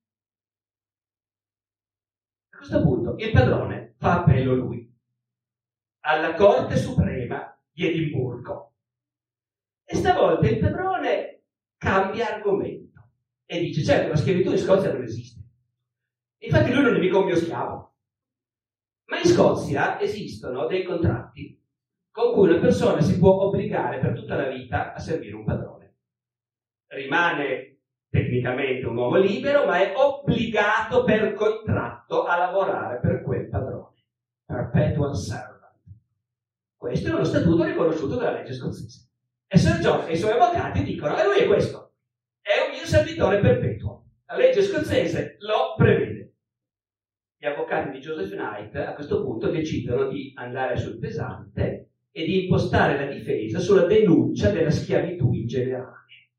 A questo punto il padrone fa appello lui alla Corte Suprema di Edimburgo. E stavolta il padrone cambia argomento e dice: certo, la schiavitù in Scozia non esiste. Infatti lui non è mica un mio schiavo. Ma in Scozia esistono dei contratti con cui una persona si può obbligare per tutta la vita a servire un padrone. Rimane tecnicamente un uomo libero, ma è obbligato per contratto a lavorare per quel padrone. Perpetual servant. Questo è uno statuto riconosciuto dalla legge scozzese. E Sir John e i suoi avvocati dicono: e lui è questo, è un mio servitore perpetuo. La legge scozzese lo prevede. Gli avvocati di Joseph Knight a questo punto decidono di andare sul pesante e di impostare la difesa sulla denuncia della schiavitù in generale.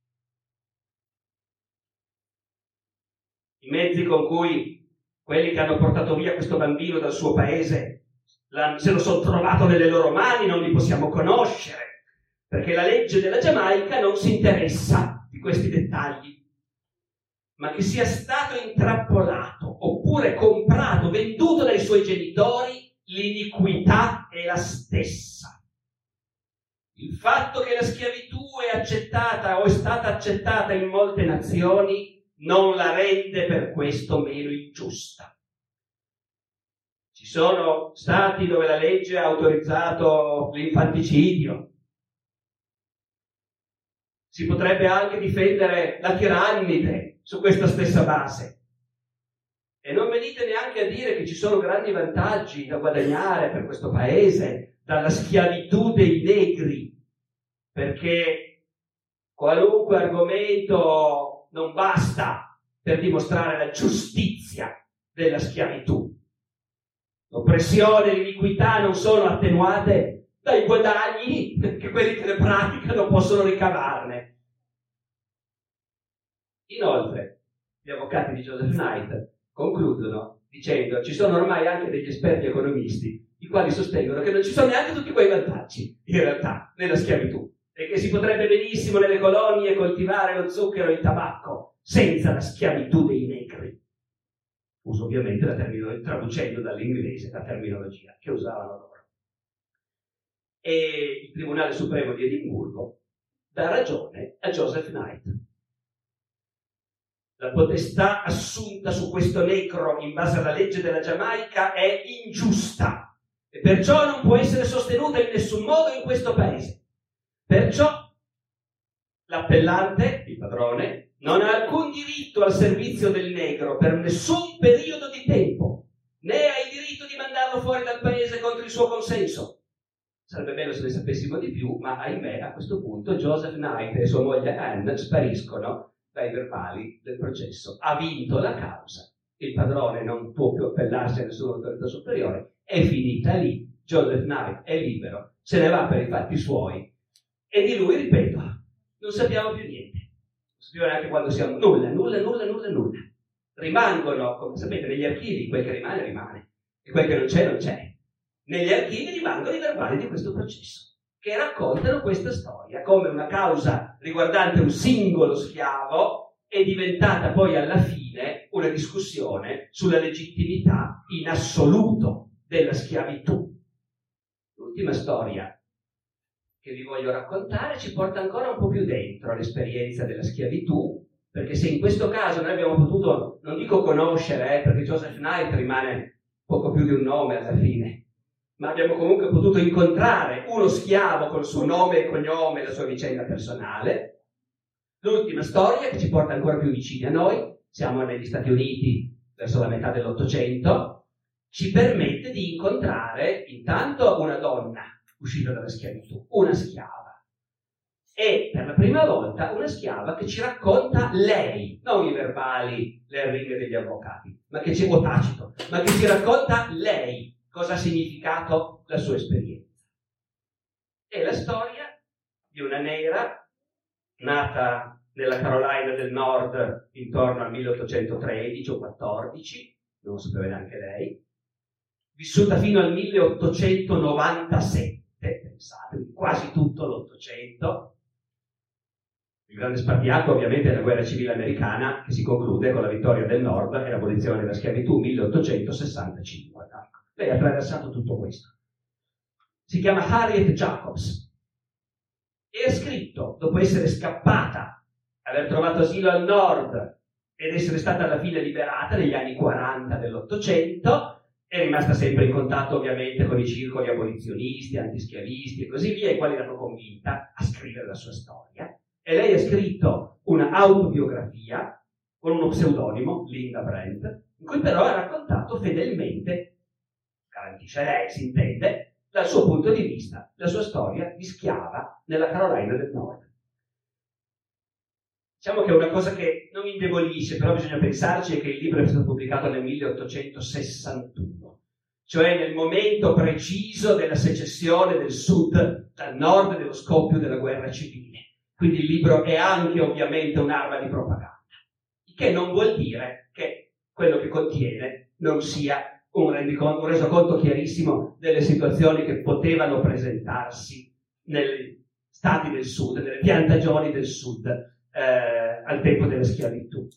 I mezzi con cui quelli che hanno portato via questo bambino dal suo paese se lo sono trovato nelle loro mani non li possiamo conoscere, perché la legge della Giamaica non si interessa di questi dettagli. Ma che sia stato intrappolato oppure comprato, venduto dai suoi genitori, l'iniquità è la stessa. Il fatto che la schiavitù è accettata o è stata accettata in molte nazioni non la rende per questo meno ingiusta. Ci sono stati dove la legge ha autorizzato l'infanticidio. Si potrebbe anche difendere la tirannide su questa stessa base. E non venite neanche a dire che ci sono grandi vantaggi da guadagnare per questo paese dalla schiavitù dei negri, perché qualunque argomento non basta per dimostrare la giustizia della schiavitù. L'oppressione e l'iniquità non sono attenuate dai guadagni che quelli che le praticano possono ricavarne. Inoltre, gli avvocati di Joseph Knight concludono dicendo: ci sono ormai anche degli esperti economisti i quali sostengono che non ci sono neanche tutti quei vantaggi, in realtà, nella schiavitù, e che si potrebbe benissimo nelle colonie coltivare lo zucchero e il tabacco senza la schiavitù dei negri. Uso ovviamente la terminologia, traducendo dall'inglese la terminologia che usavano loro. E il Tribunale Supremo di Edimburgo dà ragione a Joseph Knight. La potestà assunta su questo negro in base alla legge della Giamaica è ingiusta e perciò non può essere sostenuta in nessun modo in questo paese. Perciò l'appellante, il padrone, non ha alcun diritto al servizio del negro per nessun periodo di tempo, né ha il diritto di mandarlo fuori dal paese contro il suo consenso. Sarebbe bello se ne sapessimo di più, ma ahimè a questo punto Joseph Knight e sua moglie Anne spariscono dai verbali del processo. Ha vinto la causa, il padrone non può più appellarsi a nessuna autorità superiore, è finita lì, Joseph Knight è libero, se ne va per i fatti suoi e di lui, ripeto, non sappiamo più niente. Non sappiamo neanche quando siamo. Nulla, nulla, nulla, nulla, nulla. Rimangono, come sapete, negli archivi, quel che rimane, rimane. E quel che non c'è, non c'è. Negli archivi rimangono i verbali di questo processo, che raccontano questa storia, come una causa riguardante un singolo schiavo è diventata poi alla fine una discussione sulla legittimità in assoluto della schiavitù. L'ultima storia che vi voglio raccontare ci porta ancora un po' più dentro all'esperienza della schiavitù, perché se in questo caso noi abbiamo potuto, non dico conoscere, eh, perché Joseph Knight rimane poco più di un nome alla fine, ma abbiamo comunque potuto incontrare uno schiavo col suo nome e cognome e la sua vicenda personale, l'ultima storia che ci porta ancora più vicini a noi, siamo negli Stati Uniti verso la metà dell'Ottocento, ci permette di incontrare intanto una donna uscita dalla schiavitù, una schiava. E per la prima volta una schiava che ci racconta lei, non i verbali, le arringhe degli avvocati, ma che ci, o Tacito, ma che ci racconta lei cosa ha significato la sua esperienza. È la storia di una nera nata nella Carolina del Nord intorno al milleottocentotredici o quattordici, non lo sapeva neanche lei, vissuta fino al milleottocentonovantasette, pensate, quasi tutto l'Ottocento. Il grande spartiacque ovviamente è la guerra civile americana, che si conclude con la vittoria del Nord e l'abolizione della schiavitù, milleottocentosessantacinque. Lei ha attraversato tutto questo. Si chiama Harriet Jacobs e ha scritto, dopo essere scappata, aver trovato asilo al Nord ed essere stata alla fine liberata negli anni quaranta dell'Ottocento, è rimasta sempre in contatto ovviamente con i circoli abolizionisti, antischiavisti e così via, i quali l'hanno convinta a scrivere la sua storia. E lei ha scritto una autobiografia con uno pseudonimo, Linda Brent, in cui però ha raccontato fedelmente, garantisce lei, si intende, dal suo punto di vista, la sua storia di schiava nella Carolina del Nord. Diciamo che è una cosa che non indebolisce, però bisogna pensarci, è che il libro è stato pubblicato nel milleottocentosessantuno, cioè nel momento preciso della secessione del Sud dal Nord e dello scoppio della guerra civile. Quindi il libro è anche ovviamente un'arma di propaganda, il che non vuol dire che quello che contiene non sia un, rendiconto, un resoconto chiarissimo delle situazioni che potevano presentarsi negli stati del Sud, nelle piantagioni del Sud, eh, al tempo della schiavitù.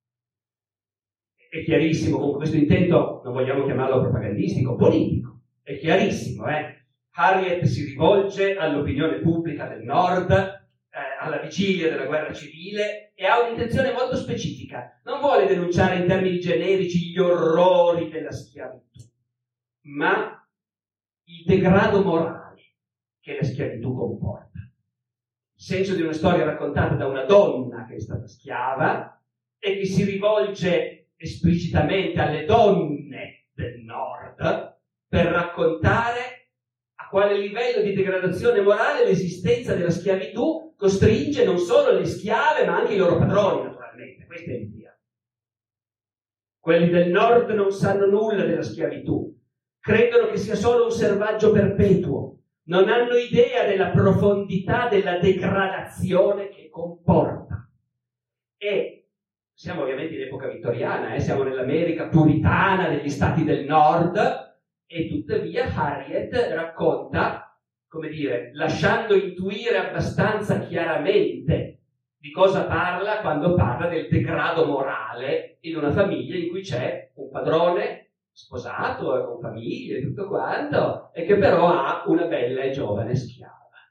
È chiarissimo, con questo intento non vogliamo chiamarlo propagandistico, politico, è chiarissimo, eh? Harriet si rivolge all'opinione pubblica del Nord, eh, alla vigilia della guerra civile, e ha un'intenzione molto specifica. Non vuole denunciare in termini generici gli orrori della schiavitù, ma il degrado morale che la schiavitù comporta. Il senso di una storia raccontata da una donna che è stata schiava e che si rivolge esplicitamente alle donne del Nord per raccontare a quale livello di degradazione morale l'esistenza della schiavitù costringe non solo le schiave ma anche i loro padroni, naturalmente. Questa è l'idea. Quelli del Nord non sanno nulla della schiavitù, credono che sia solo un servaggio perpetuo, non hanno idea della profondità della degradazione che comporta. E siamo ovviamente in epoca vittoriana, eh? Siamo nell'America puritana degli stati del Nord, e tuttavia Harriet racconta, come dire, lasciando intuire abbastanza chiaramente di cosa parla quando parla del degrado morale in una famiglia in cui c'è un padrone sposato, con famiglia e tutto quanto, e che però ha una bella e giovane schiava.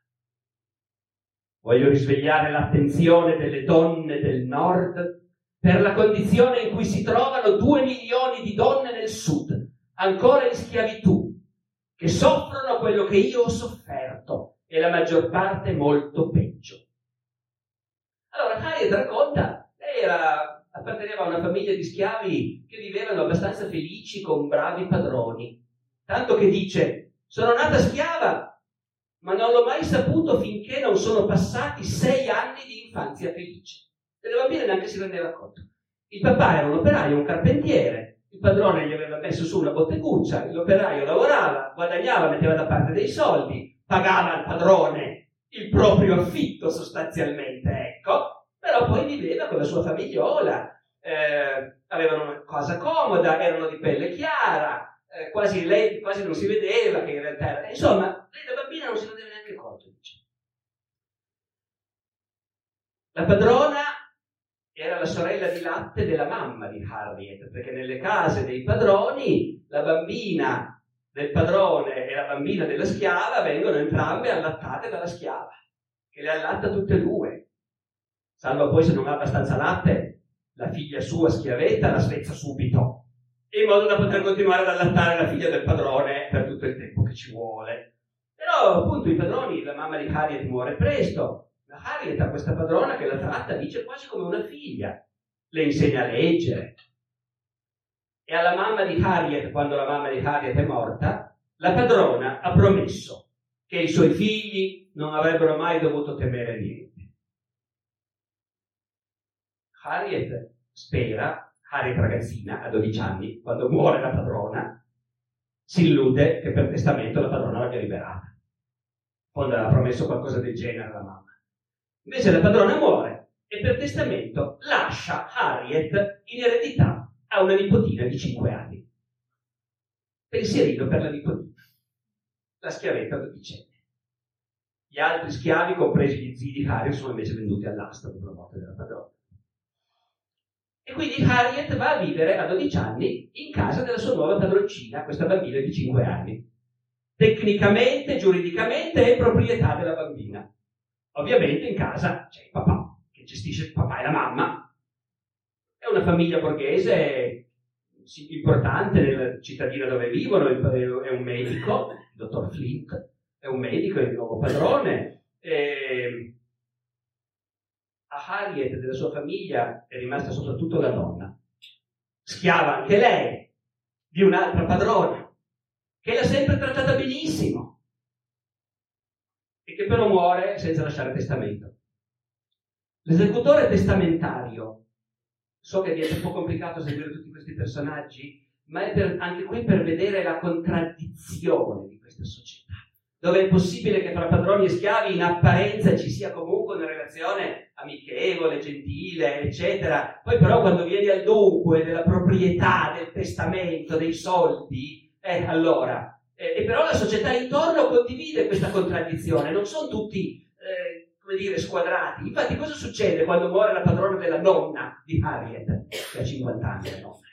Voglio risvegliare l'attenzione delle donne del Nord per la condizione in cui si trovano due milioni di donne nel Sud, ancora in schiavitù, che soffrono quello che io ho sofferto, e la maggior parte molto peggio. Allora Harriet racconta, lei era... apparteneva a una famiglia di schiavi che vivevano abbastanza felici con bravi padroni. Tanto che dice, sono nata schiava, ma non l'ho mai saputo finché non sono passati sei anni di infanzia felice. Delle bambine neanche si rendeva conto. Il papà era un operaio, un carpentiere, il padrone gli aveva messo su una botteguccia, l'operaio lavorava, guadagnava, metteva da parte dei soldi, pagava al padrone il proprio affitto sostanzialmente, ecco. Però poi viveva con la sua famigliola, eh, avevano una casa comoda, erano di pelle chiara, eh, quasi lei quasi non si vedeva che in realtà era... Insomma, lei da bambina non si rendeva neanche conto di La padrona era la sorella di latte della mamma di Harriet, perché nelle case dei padroni la bambina del padrone e la bambina della schiava vengono entrambe allattate dalla schiava, che le allatta tutte e due. Salvo poi, se non ha abbastanza latte, la figlia sua schiavetta la svezza subito, in modo da poter continuare ad allattare la figlia del padrone per tutto il tempo che ci vuole. Però appunto i padroni, la mamma di Harriet muore presto, ma Harriet ha questa padrona che la tratta, dice, quasi come una figlia, le insegna a leggere. E alla mamma di Harriet, quando la mamma di Harriet è morta, la padrona ha promesso che i suoi figli non avrebbero mai dovuto temere niente. Harriet spera, Harriet ragazzina, a dodici anni, quando muore la padrona, si illude che per testamento la padrona l'abbia liberata. Quando aveva promesso qualcosa del genere alla mamma. Invece la padrona muore e per testamento lascia Harriet in eredità a una nipotina di cinque anni. Pensierino per la nipotina, la schiavetta dodicenne. Gli altri schiavi, compresi gli zii di Harriet, sono invece venduti all'asta dopo la morte della padrona. E quindi Harriet va a vivere a dodici anni in casa della sua nuova padroncina, questa bambina di cinque anni. Tecnicamente, giuridicamente è proprietà della bambina. Ovviamente in casa c'è il papà, che gestisce il papà e la mamma. È una famiglia borghese importante nella cittadina dove vivono, è un medico, il dottor Flint, è un medico, è il nuovo padrone. E a Harriet e della sua famiglia è rimasta soprattutto la nonna, schiava anche lei, di un'altra padrona, che l'ha sempre trattata benissimo e che però muore senza lasciare testamento. L'esecutore testamentario, so che diventa un po' complicato seguire tutti questi personaggi, ma è per, anche qui per vedere la contraddizione di questa società, dove è possibile che fra padroni e schiavi in apparenza ci sia comunque una relazione amichevole, gentile, eccetera. Poi però quando vieni al dunque della proprietà, del testamento, dei soldi, eh, allora... Eh, e però la società intorno condivide questa contraddizione, non sono tutti, eh, come dire, squadrati. Infatti cosa succede quando muore la padrona della nonna di Harriet, che ha cinquanta anni, la nonna,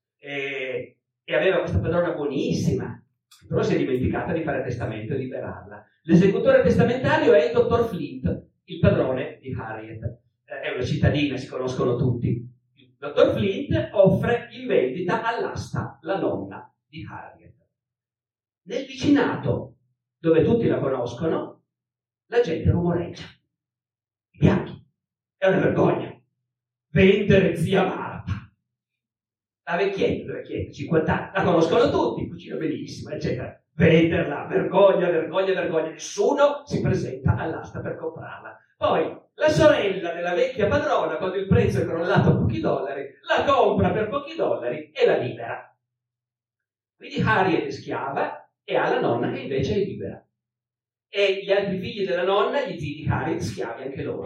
e, e aveva questa padrona buonissima, però si è dimenticata di fare testamento e liberarla. L'esecutore testamentario è il dottor Flint, il padrone di Harriet. Eh, è una cittadina, si conoscono tutti. Il dottor Flint offre in vendita all'asta la nonna di Harriet. Nel vicinato, dove tutti la conoscono, la gente rumoreggia. I bianchi. È una vergogna. Vendere zia Marta. La vecchietta, la vecchietta, cinquanta anni, la conoscono tutti, cucina benissimo, eccetera. Venderla, vergogna, vergogna, vergogna. Nessuno si presenta all'asta per comprarla. Poi, la sorella della vecchia padrona, quando il prezzo è crollato a pochi dollari, la compra per pochi dollari e la libera. Quindi Harriet è schiava e ha la nonna che invece è libera. E gli altri figli della nonna, gli zii di Harriet, schiavi anche loro.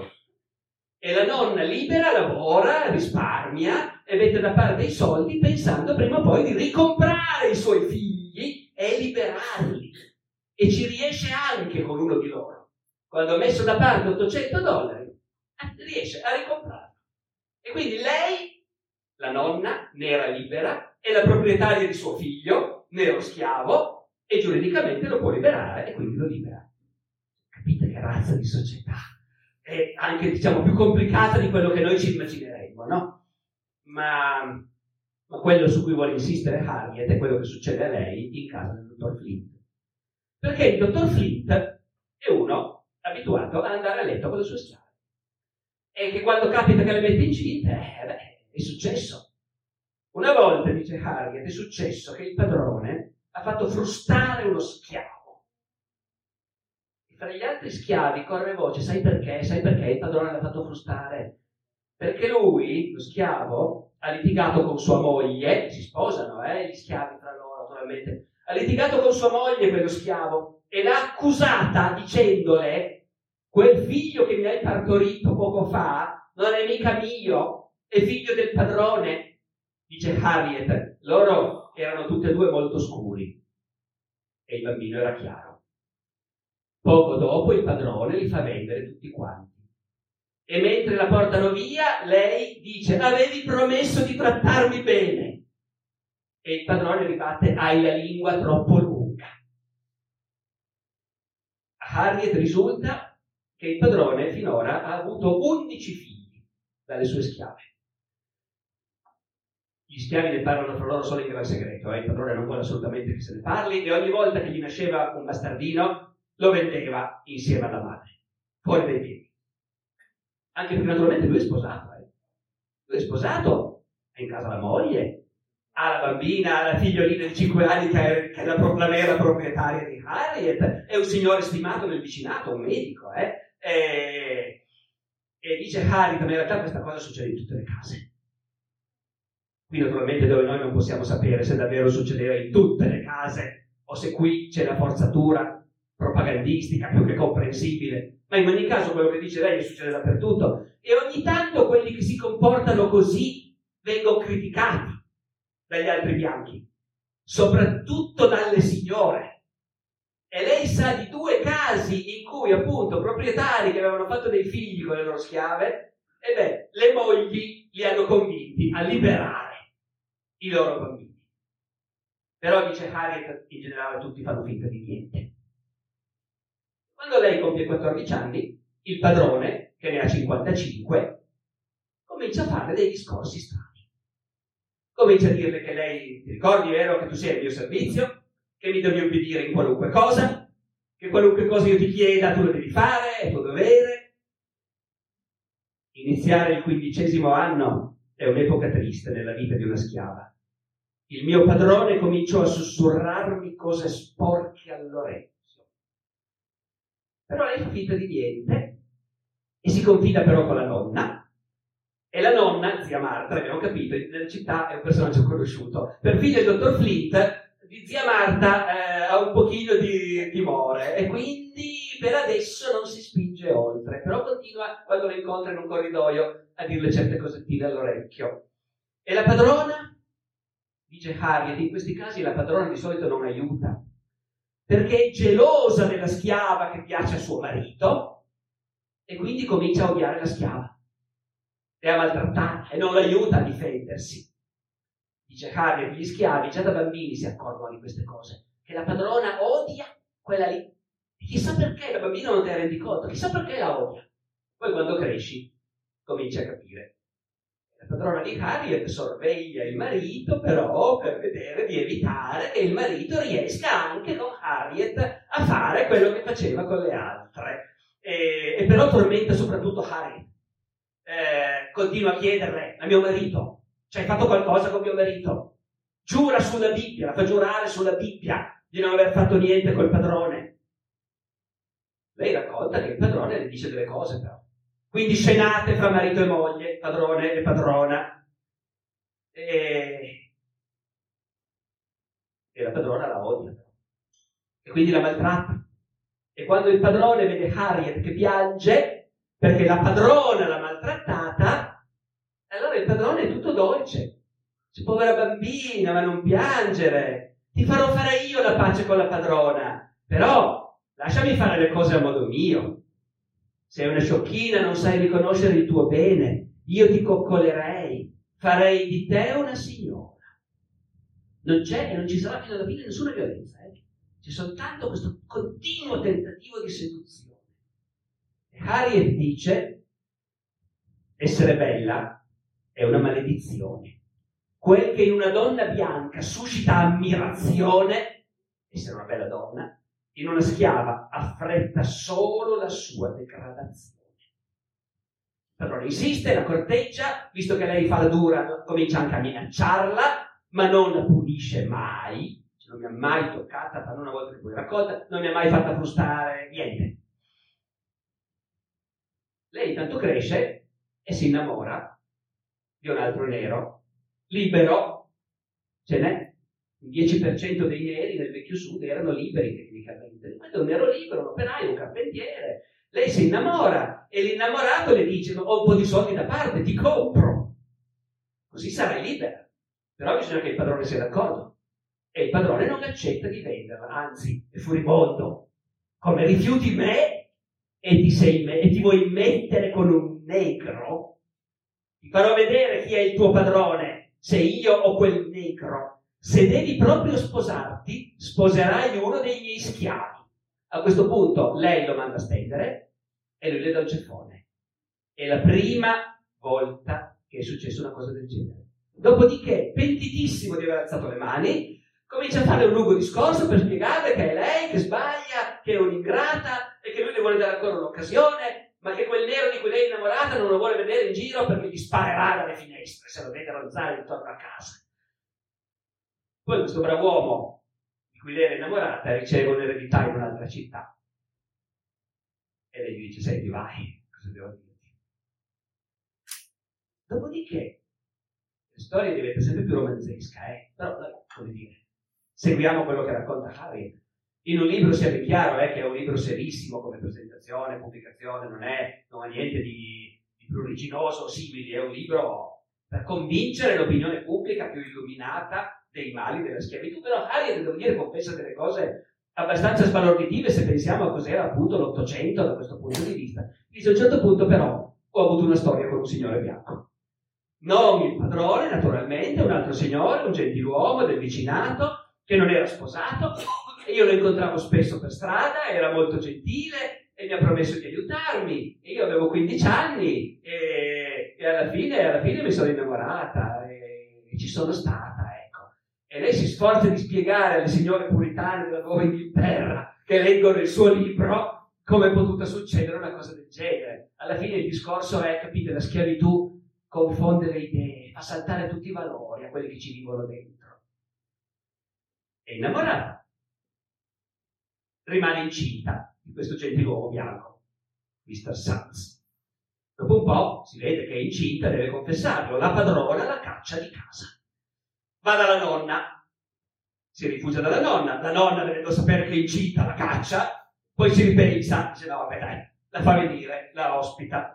E la nonna libera, lavora, risparmia e mette da parte i soldi pensando prima o poi di ricomprare i suoi figli e liberarli. E ci riesce anche con uno di loro. Quando ha messo da parte ottocento dollari, riesce a ricomprarlo. E quindi lei, la nonna, nera libera, è la proprietaria di suo figlio, nero schiavo, e giuridicamente lo può liberare e quindi lo libera. Capite che razza di società? È anche, diciamo, più complicata di quello che noi ci immagineremmo, no? Ma, ma quello su cui vuole insistere Harriet è quello che succede a lei in casa del dottor Flint. Perché il dottor Flint è uno abituato ad andare a letto con le sue schiave. E che quando capita che le mette incinte, eh, beh, è successo. Una volta, dice Harriet, è successo che il padrone ha fatto frustare uno schiavo. E fra gli altri schiavi corre voce, sai perché? Sai perché il padrone l'ha fatto frustare? Perché lui, lo schiavo, ha litigato con sua moglie, si sposano, eh, gli schiavi tra loro, naturalmente, ha litigato con sua moglie quello schiavo e l'ha accusata dicendole: quel figlio che mi hai partorito poco fa non è mica mio, è figlio del padrone. Dice Harriet, loro erano tutte e due molto scuri e il bambino era chiaro. Poco dopo il padrone li fa vendere tutti quanti E mentre la portano via, lei dice: avevi promesso di trattarmi bene. E il padrone ribatte: hai la lingua troppo lunga. A Harriet risulta che il padrone finora ha avuto undici figli dalle sue schiave. Gli schiavi ne parlano fra loro solo in gran segreto, eh? Il padrone non vuole assolutamente che se ne parli, e ogni volta che gli nasceva un bastardino lo vendeva insieme alla madre, fuori dai piedi. Anche perché naturalmente lui è sposato, eh? Lui è sposato, è in casa la moglie, ha la bambina, la figliolina di cinque anni che è, che è la, la vera proprietaria di Harriet, è un signore stimato nel vicinato, un medico, eh? E, e dice Harriet: ma in realtà questa cosa succede in tutte le case. Qui naturalmente dove noi non possiamo sapere se davvero succedeva in tutte le case o se qui c'è la forzatura propagandistica più che comprensibile, ma in ogni caso quello che dice lei succede dappertutto, e ogni tanto quelli che si comportano così vengono criticati dagli altri bianchi, soprattutto dalle signore. E lei sa di due casi in cui appunto proprietari che avevano fatto dei figli con le loro schiave, e beh, le mogli li hanno convinti a liberare i loro bambini. Però, dice Harriet, in generale tutti fanno finta di niente. Quando lei compie quattordici anni, il padrone, che ne ha cinquantacinque, comincia a fare dei discorsi strani. Comincia a dirle che lei: ti ricordi, vero, che tu sei al mio servizio, che mi devi obbedire in qualunque cosa, che qualunque cosa io ti chieda tu lo devi fare, è tuo dovere. Iniziare il quindicesimo anno è un'epoca triste nella vita di una schiava. Il mio padrone cominciò a sussurrarmi cose sporche all'orecchio. Però lei fa finta di niente e si confida però con la nonna. E la nonna, zia Marta, abbiamo capito, nella città è un personaggio conosciuto. Per figlio del dottor Flint, di zia Marta eh, ha un pochino di timore e quindi per adesso non si spinge oltre, però continua, quando lo incontra in un corridoio, a dirle certe cosettine all'orecchio. E la padrona? Dice Harriet: in questi casi la padrona di solito non aiuta, perché è gelosa della schiava che piace a suo marito e quindi comincia a odiare la schiava e a maltrattarla e non l'aiuta a difendersi. Dice Harriet: gli schiavi già da bambini si accorgono di queste cose, che la padrona odia quella lì. E chissà perché, la bambina non te ne rendi conto, chissà perché la odia. Poi quando cresci cominci a capire. La padrona di Harriet sorveglia il marito però per vedere di evitare che il marito riesca anche con Harriet a fare quello che faceva con le altre. E, e però tormenta soprattutto Harriet. Eh, continua a chiederle: ma mio marito, ci hai fatto qualcosa con mio marito? Giura sulla Bibbia, la fa giurare sulla Bibbia di non aver fatto niente col padrone. Lei racconta che il padrone le dice delle cose però. Quindi scenate fra marito e moglie, padrone e padrona. E, e la padrona la odia. E quindi la maltratta. E quando il padrone vede Harriet che piange perché la padrona l'ha maltrattata, allora il padrone è tutto dolce. Dice: povera bambina, ma non piangere. Ti farò fare io la pace con la padrona. Però lasciami fare le cose a modo mio. Sei una sciocchina, non sai riconoscere il tuo bene. Io ti coccolerei, farei di te una signora. Non c'è e non ci sarà fino alla fine nessuna violenza. Eh? C'è soltanto questo continuo tentativo di seduzione. E Harriet dice: essere bella è una maledizione. Quel che in una donna bianca suscita ammirazione, essere una bella donna, in una schiava affretta solo la sua degradazione. Allora insiste, la corteggia, visto che lei fa la dura, comincia anche a minacciarla, ma non la punisce mai. Cioè, non mi ha mai toccata, per una volta che poi raccolta, non mi ha mai fatta frustare, niente. Lei intanto cresce e si innamora di un altro nero, libero, ce n'è. Il dieci per cento dei neri nel vecchio sud erano liberi tecnicamente. Questo è un nero libero, un operaio, un carpentiere. Lei si innamora e l'innamorato le dice: ho un po' di soldi da parte, ti compro. Così sarai libera. Però bisogna che il padrone sia d'accordo. E il padrone non accetta di venderla, anzi è furibondo. Come rifiuti me e ti, sei me- e ti vuoi mettere con un negro, ti farò vedere chi è il tuo padrone, se io o quel negro. Se devi proprio sposarti, sposerai uno dei miei schiavi. A questo punto lei lo manda a stendere e lui le dà il ceffone. È la prima volta che è successa una cosa del genere. Dopodiché, pentitissimo di aver alzato le mani, comincia a fare un lungo discorso per spiegarle che è lei che sbaglia, che è un'ingrata e che lui le vuole dare ancora un'occasione, ma che quel nero di cui lei è innamorata non lo vuole vedere in giro perché gli sparerà dalle finestre se lo vede ronzare intorno a casa. Poi questo bravo uomo di cui lei era innamorata riceve un'eredità in un'altra città e lei gli dice: senti, vai, cosa devo dirti? Dopodiché la storia diventa sempre più romanzesca, eh? Però, come dire, seguiamo quello che racconta Harriet. In un libro sia ben chiaro eh, che è un libro serissimo come presentazione, pubblicazione, non, è, non ha niente di, di pruriginoso o simili, è un libro per convincere l'opinione pubblica più illuminata dei mali della schiavitù. Però Harriet, devo dire, confessa delle cose abbastanza sbalorditive se pensiamo a cos'era appunto l'Ottocento da questo punto di vista. Dice: a un certo punto però ho avuto una storia con un signore bianco. Non il padrone, naturalmente, un altro signore, un gentiluomo del vicinato, che non era sposato, e io lo incontravo spesso per strada, era molto gentile e mi ha promesso di aiutarmi, e io avevo quindici anni e, e alla, fine, alla fine mi sono innamorata e, e ci sono stata, ecco. E lei si sforza di spiegare alle signore puritane della Nuova Inghilterra che leggono il suo libro come è potuta succedere una cosa del genere. Alla fine il discorso è, capite, la schiavitù confonde le idee, fa saltare tutti i valori a quelli che ci vivono dentro. È innamorata. Rimane incinta di questo gentiluomo bianco, mister Sands. Dopo un po' si vede che è incinta, deve confessarlo. La padrona la caccia di casa. Va dalla nonna, si rifugia dalla nonna. La nonna, vedendo sapere che è incinta, la caccia, poi si ripensa, dice: no, vabbè, dai, la fa venire, la ospita.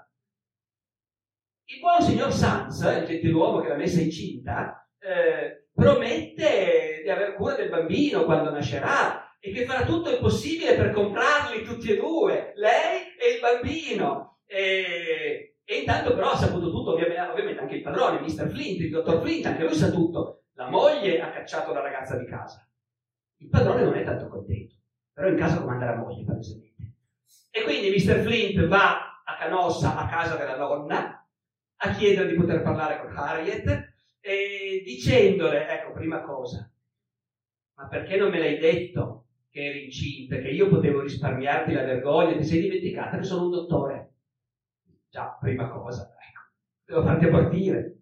Il buon signor Sands, il gentiluomo che l'ha messa incinta, eh, promette di aver cura del bambino quando nascerà e che farà tutto il possibile per comprarli tutti e due, lei e il bambino. E, e intanto però ha saputo tutto, ovviamente, ovviamente anche il padrone, mister Flint, il dottor Flint, anche lui sa tutto. La moglie ha cacciato la ragazza di casa. Il padrone non è tanto contento, però in casa comanda la moglie, palesemente. E quindi mister Flint va a Canossa, a casa della nonna, a chiedere di poter parlare con Harriet, e dicendole, ecco, prima cosa, ma perché non me l'hai detto che eri incinta, che io potevo risparmiarti la vergogna, ti sei dimenticata che sono un dottore? Già, prima cosa, ecco, devo farti abortire.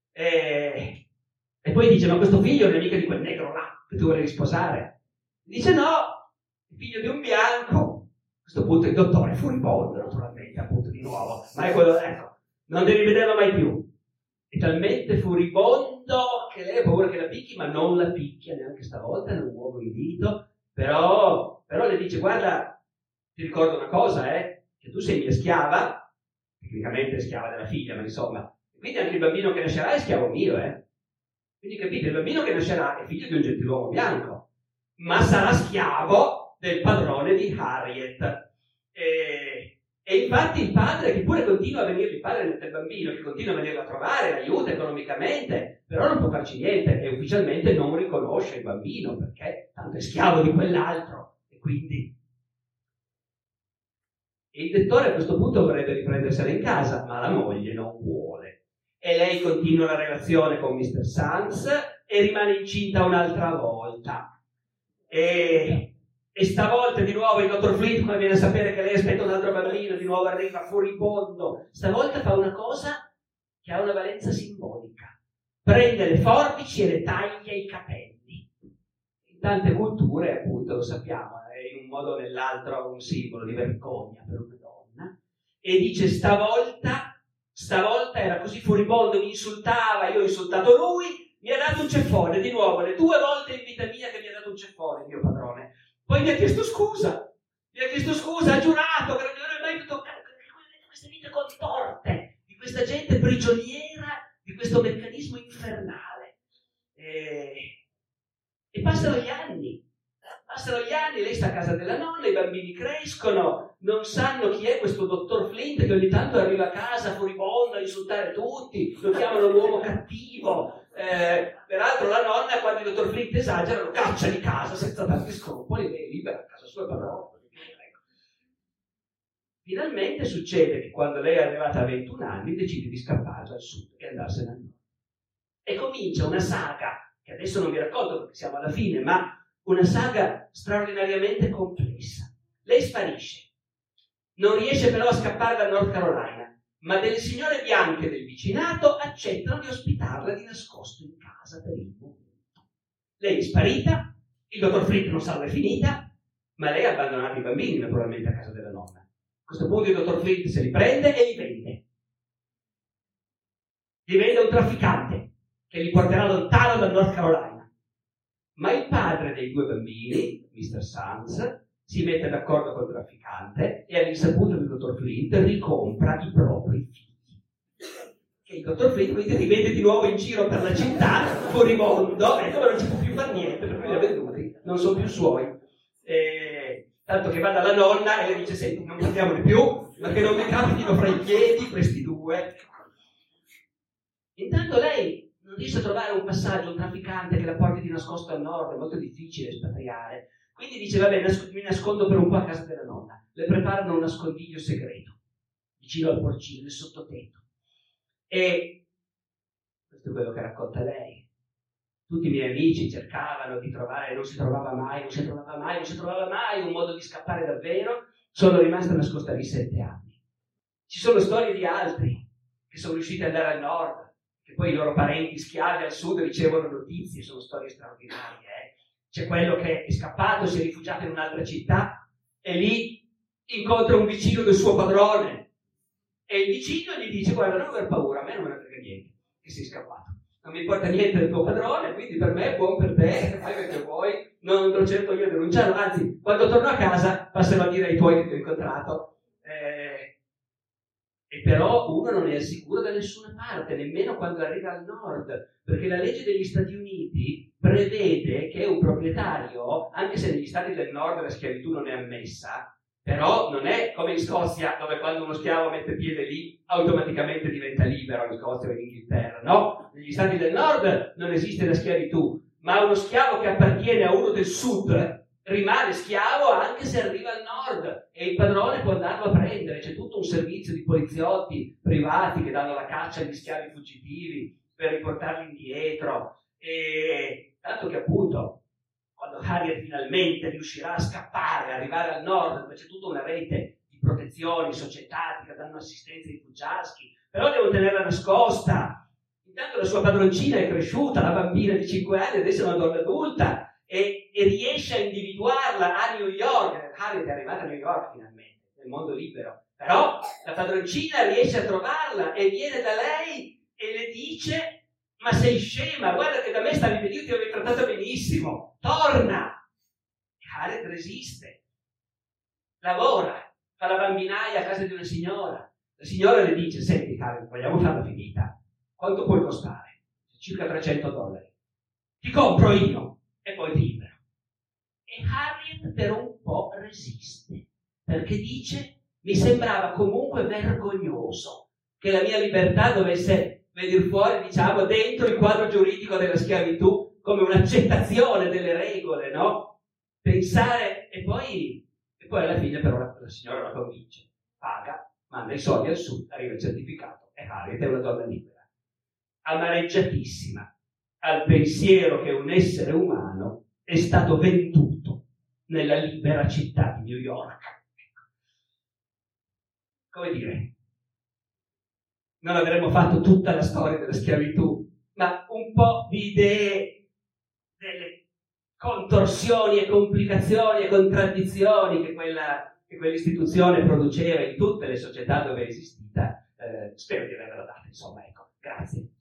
E, e poi dice: ma questo figlio non è mica di quel negro là che tu volevi sposare? Dice: no, è figlio di un bianco. A questo punto il dottore furibondo, naturalmente, appunto, di nuovo, ma è quello, ecco, non devi vederlo mai più. È talmente furibondo che lei ha paura che la picchi, ma non la picchia neanche stavolta, non muove il dito, però, però le dice: guarda, ti ricordo una cosa, eh, che tu sei mia schiava, tecnicamente è schiava della figlia, ma insomma, quindi anche il bambino che nascerà è schiavo mio, eh. Quindi capite, il bambino che nascerà è figlio di un gentiluomo bianco, ma sarà schiavo del padrone di Harriet. E... E infatti il padre, che pure continua a venire, il padre del bambino, che continua a venirlo a trovare, l'aiuta economicamente, però non può farci niente e ufficialmente non riconosce il bambino perché tanto è schiavo di quell'altro. E quindi il dottore a questo punto vorrebbe riprendersela in casa, ma la moglie non vuole. E lei continua la relazione con mister Sands e rimane incinta un'altra volta. E... E stavolta di nuovo il dottor Flint, quando viene a sapere che lei aspetta un altro bambino, di nuovo arriva furibondo. Stavolta fa una cosa che ha una valenza simbolica. Prende le forbici e le taglia i capelli. In tante culture, appunto, lo sappiamo, è in un modo o nell'altro un simbolo di vergogna per una donna. E dice: stavolta, stavolta era così furibondo, mi insultava, io ho insultato lui, mi ha dato un ceffone. Di nuovo, le due volte in vita mia che mi ha dato un ceffone, mio padrone. Poi mi ha chiesto scusa, mi ha chiesto scusa, ha giurato che non mi avrebbe mai più toccato queste vite contorte, di questa gente prigioniera, di questo meccanismo infernale. E, e passano gli anni, Passano gli anni, lei sta a casa della nonna, i bambini crescono, non sanno chi è questo dottor Flint che ogni tanto arriva a casa furibondo a insultare tutti, lo chiamano l'uomo cattivo. Eh, peraltro la nonna, quando il dottor Flint esagera, lo caccia di casa senza tanti scrupoli, lei è libera a casa sua parola. Finalmente succede che quando lei è arrivata a ventuno anni decide di scappare dal sud e andarsene al nord. E comincia una saga, che adesso non vi racconto perché siamo alla fine, ma una saga straordinariamente complessa. Lei sparisce, non riesce però a scappare dal North Carolina, ma delle signore bianche del vicinato accettano di ospitarla di nascosto in casa per il momento. Lei è sparita, il dottor Flint non sa dove è finita, ma lei ha abbandonato i bambini naturalmente a casa della nonna. A questo punto il dottor Flint se li prende e li vende. Li vende a un trafficante che li porterà lontano dal North Carolina. Ma il padre dei due bambini, mister Sands, si mette d'accordo col trafficante e all'insaputa del dottor Flint ricompra i propri figli. E il dottor Flint quindi li vede di nuovo in giro per la città, furibondo, ecco, ma non ci può più fare niente, per cui li ha venduti, non sono più suoi. E, tanto che va dalla nonna e le dice: senti, non parliamone più, perché non mi capitino fra i piedi questi due. Intanto lei non riesce a trovare un passaggio, un trafficante che la porti di nascosto al nord, è molto difficile espatriare. Quindi dice: vabbè, nas- mi nascondo per un po' a casa della nonna. Le preparano un nascondiglio segreto, vicino al porcino, nel sottotetto. E questo è quello che racconta lei. Tutti i miei amici cercavano di trovare, non si trovava mai, non si trovava mai, non si trovava mai un modo di scappare davvero. Sono rimasta nascosta lì sette anni. Ci sono storie di altri che sono riusciti ad andare al nord, che poi i loro parenti schiavi al sud ricevono notizie, sono storie straordinarie. Eh? C'è quello che è scappato, si è rifugiato in un'altra città e lì incontra un vicino del suo padrone e il vicino gli dice: guarda, non aver paura, a me non me ne frega niente che sei scappato, non mi importa niente del tuo padrone, quindi per me è buon per te, fai quel che vuoi, non lo certo io a denunciarlo, anzi quando torno a casa passano a dire ai tuoi che ti ho incontrato. Eh, E però uno non è al sicuro da nessuna parte, nemmeno quando arriva al nord, perché la legge degli Stati Uniti prevede che un proprietario, anche se negli stati del nord la schiavitù non è ammessa, però non è come in Scozia, dove quando uno schiavo mette piede lì automaticamente diventa libero, in Scozia o in Inghilterra, no? Negli stati del nord non esiste la schiavitù, ma uno schiavo che appartiene a uno del sud rimane schiavo anche se arriva al nord e il padrone può andarlo a prendere. C'è tutto un servizio di poliziotti privati che danno la caccia agli schiavi fuggitivi per riportarli indietro. E tanto che appunto quando Harriet finalmente riuscirà a scappare, arrivare al nord, dove c'è tutta una rete di protezioni, società che danno assistenza ai fuggiaschi, però devono tenerla nascosta. Intanto la sua padroncina è cresciuta, la bambina di cinque anni, adesso è una donna adulta, E, e riesce a individuarla a New York. Harriet è arrivata a New York finalmente, nel mondo libero, però la padroncina riesce a trovarla e viene da lei e le dice: ma sei scema, guarda che da me stavi benissimo, ti avevi trattato benissimo, torna. E Harriet resiste, lavora, fa la bambinaia a casa di una signora. La signora le dice: senti Harriet, vogliamo farla finita, quanto puoi costare? Circa trecento dollari, ti compro io e poi ti libero. E Harriet per un po' resiste, perché dice: mi sembrava comunque vergognoso che la mia libertà dovesse venire fuori, diciamo, dentro il quadro giuridico della schiavitù come un'accettazione delle regole, no? Pensare, e poi, e poi alla fine però la, la signora la convince, paga, manda i soldi al sud, arriva il certificato e Harriet è una donna libera, amareggiatissima al pensiero che un essere umano è stato venduto nella libera città di New York. Come dire, non avremmo fatto tutta la storia della schiavitù, ma un po' di idee delle contorsioni e complicazioni e contraddizioni che quella che quell'istituzione produceva in tutte le società dove è esistita, eh, spero di averla data, insomma, ecco, grazie.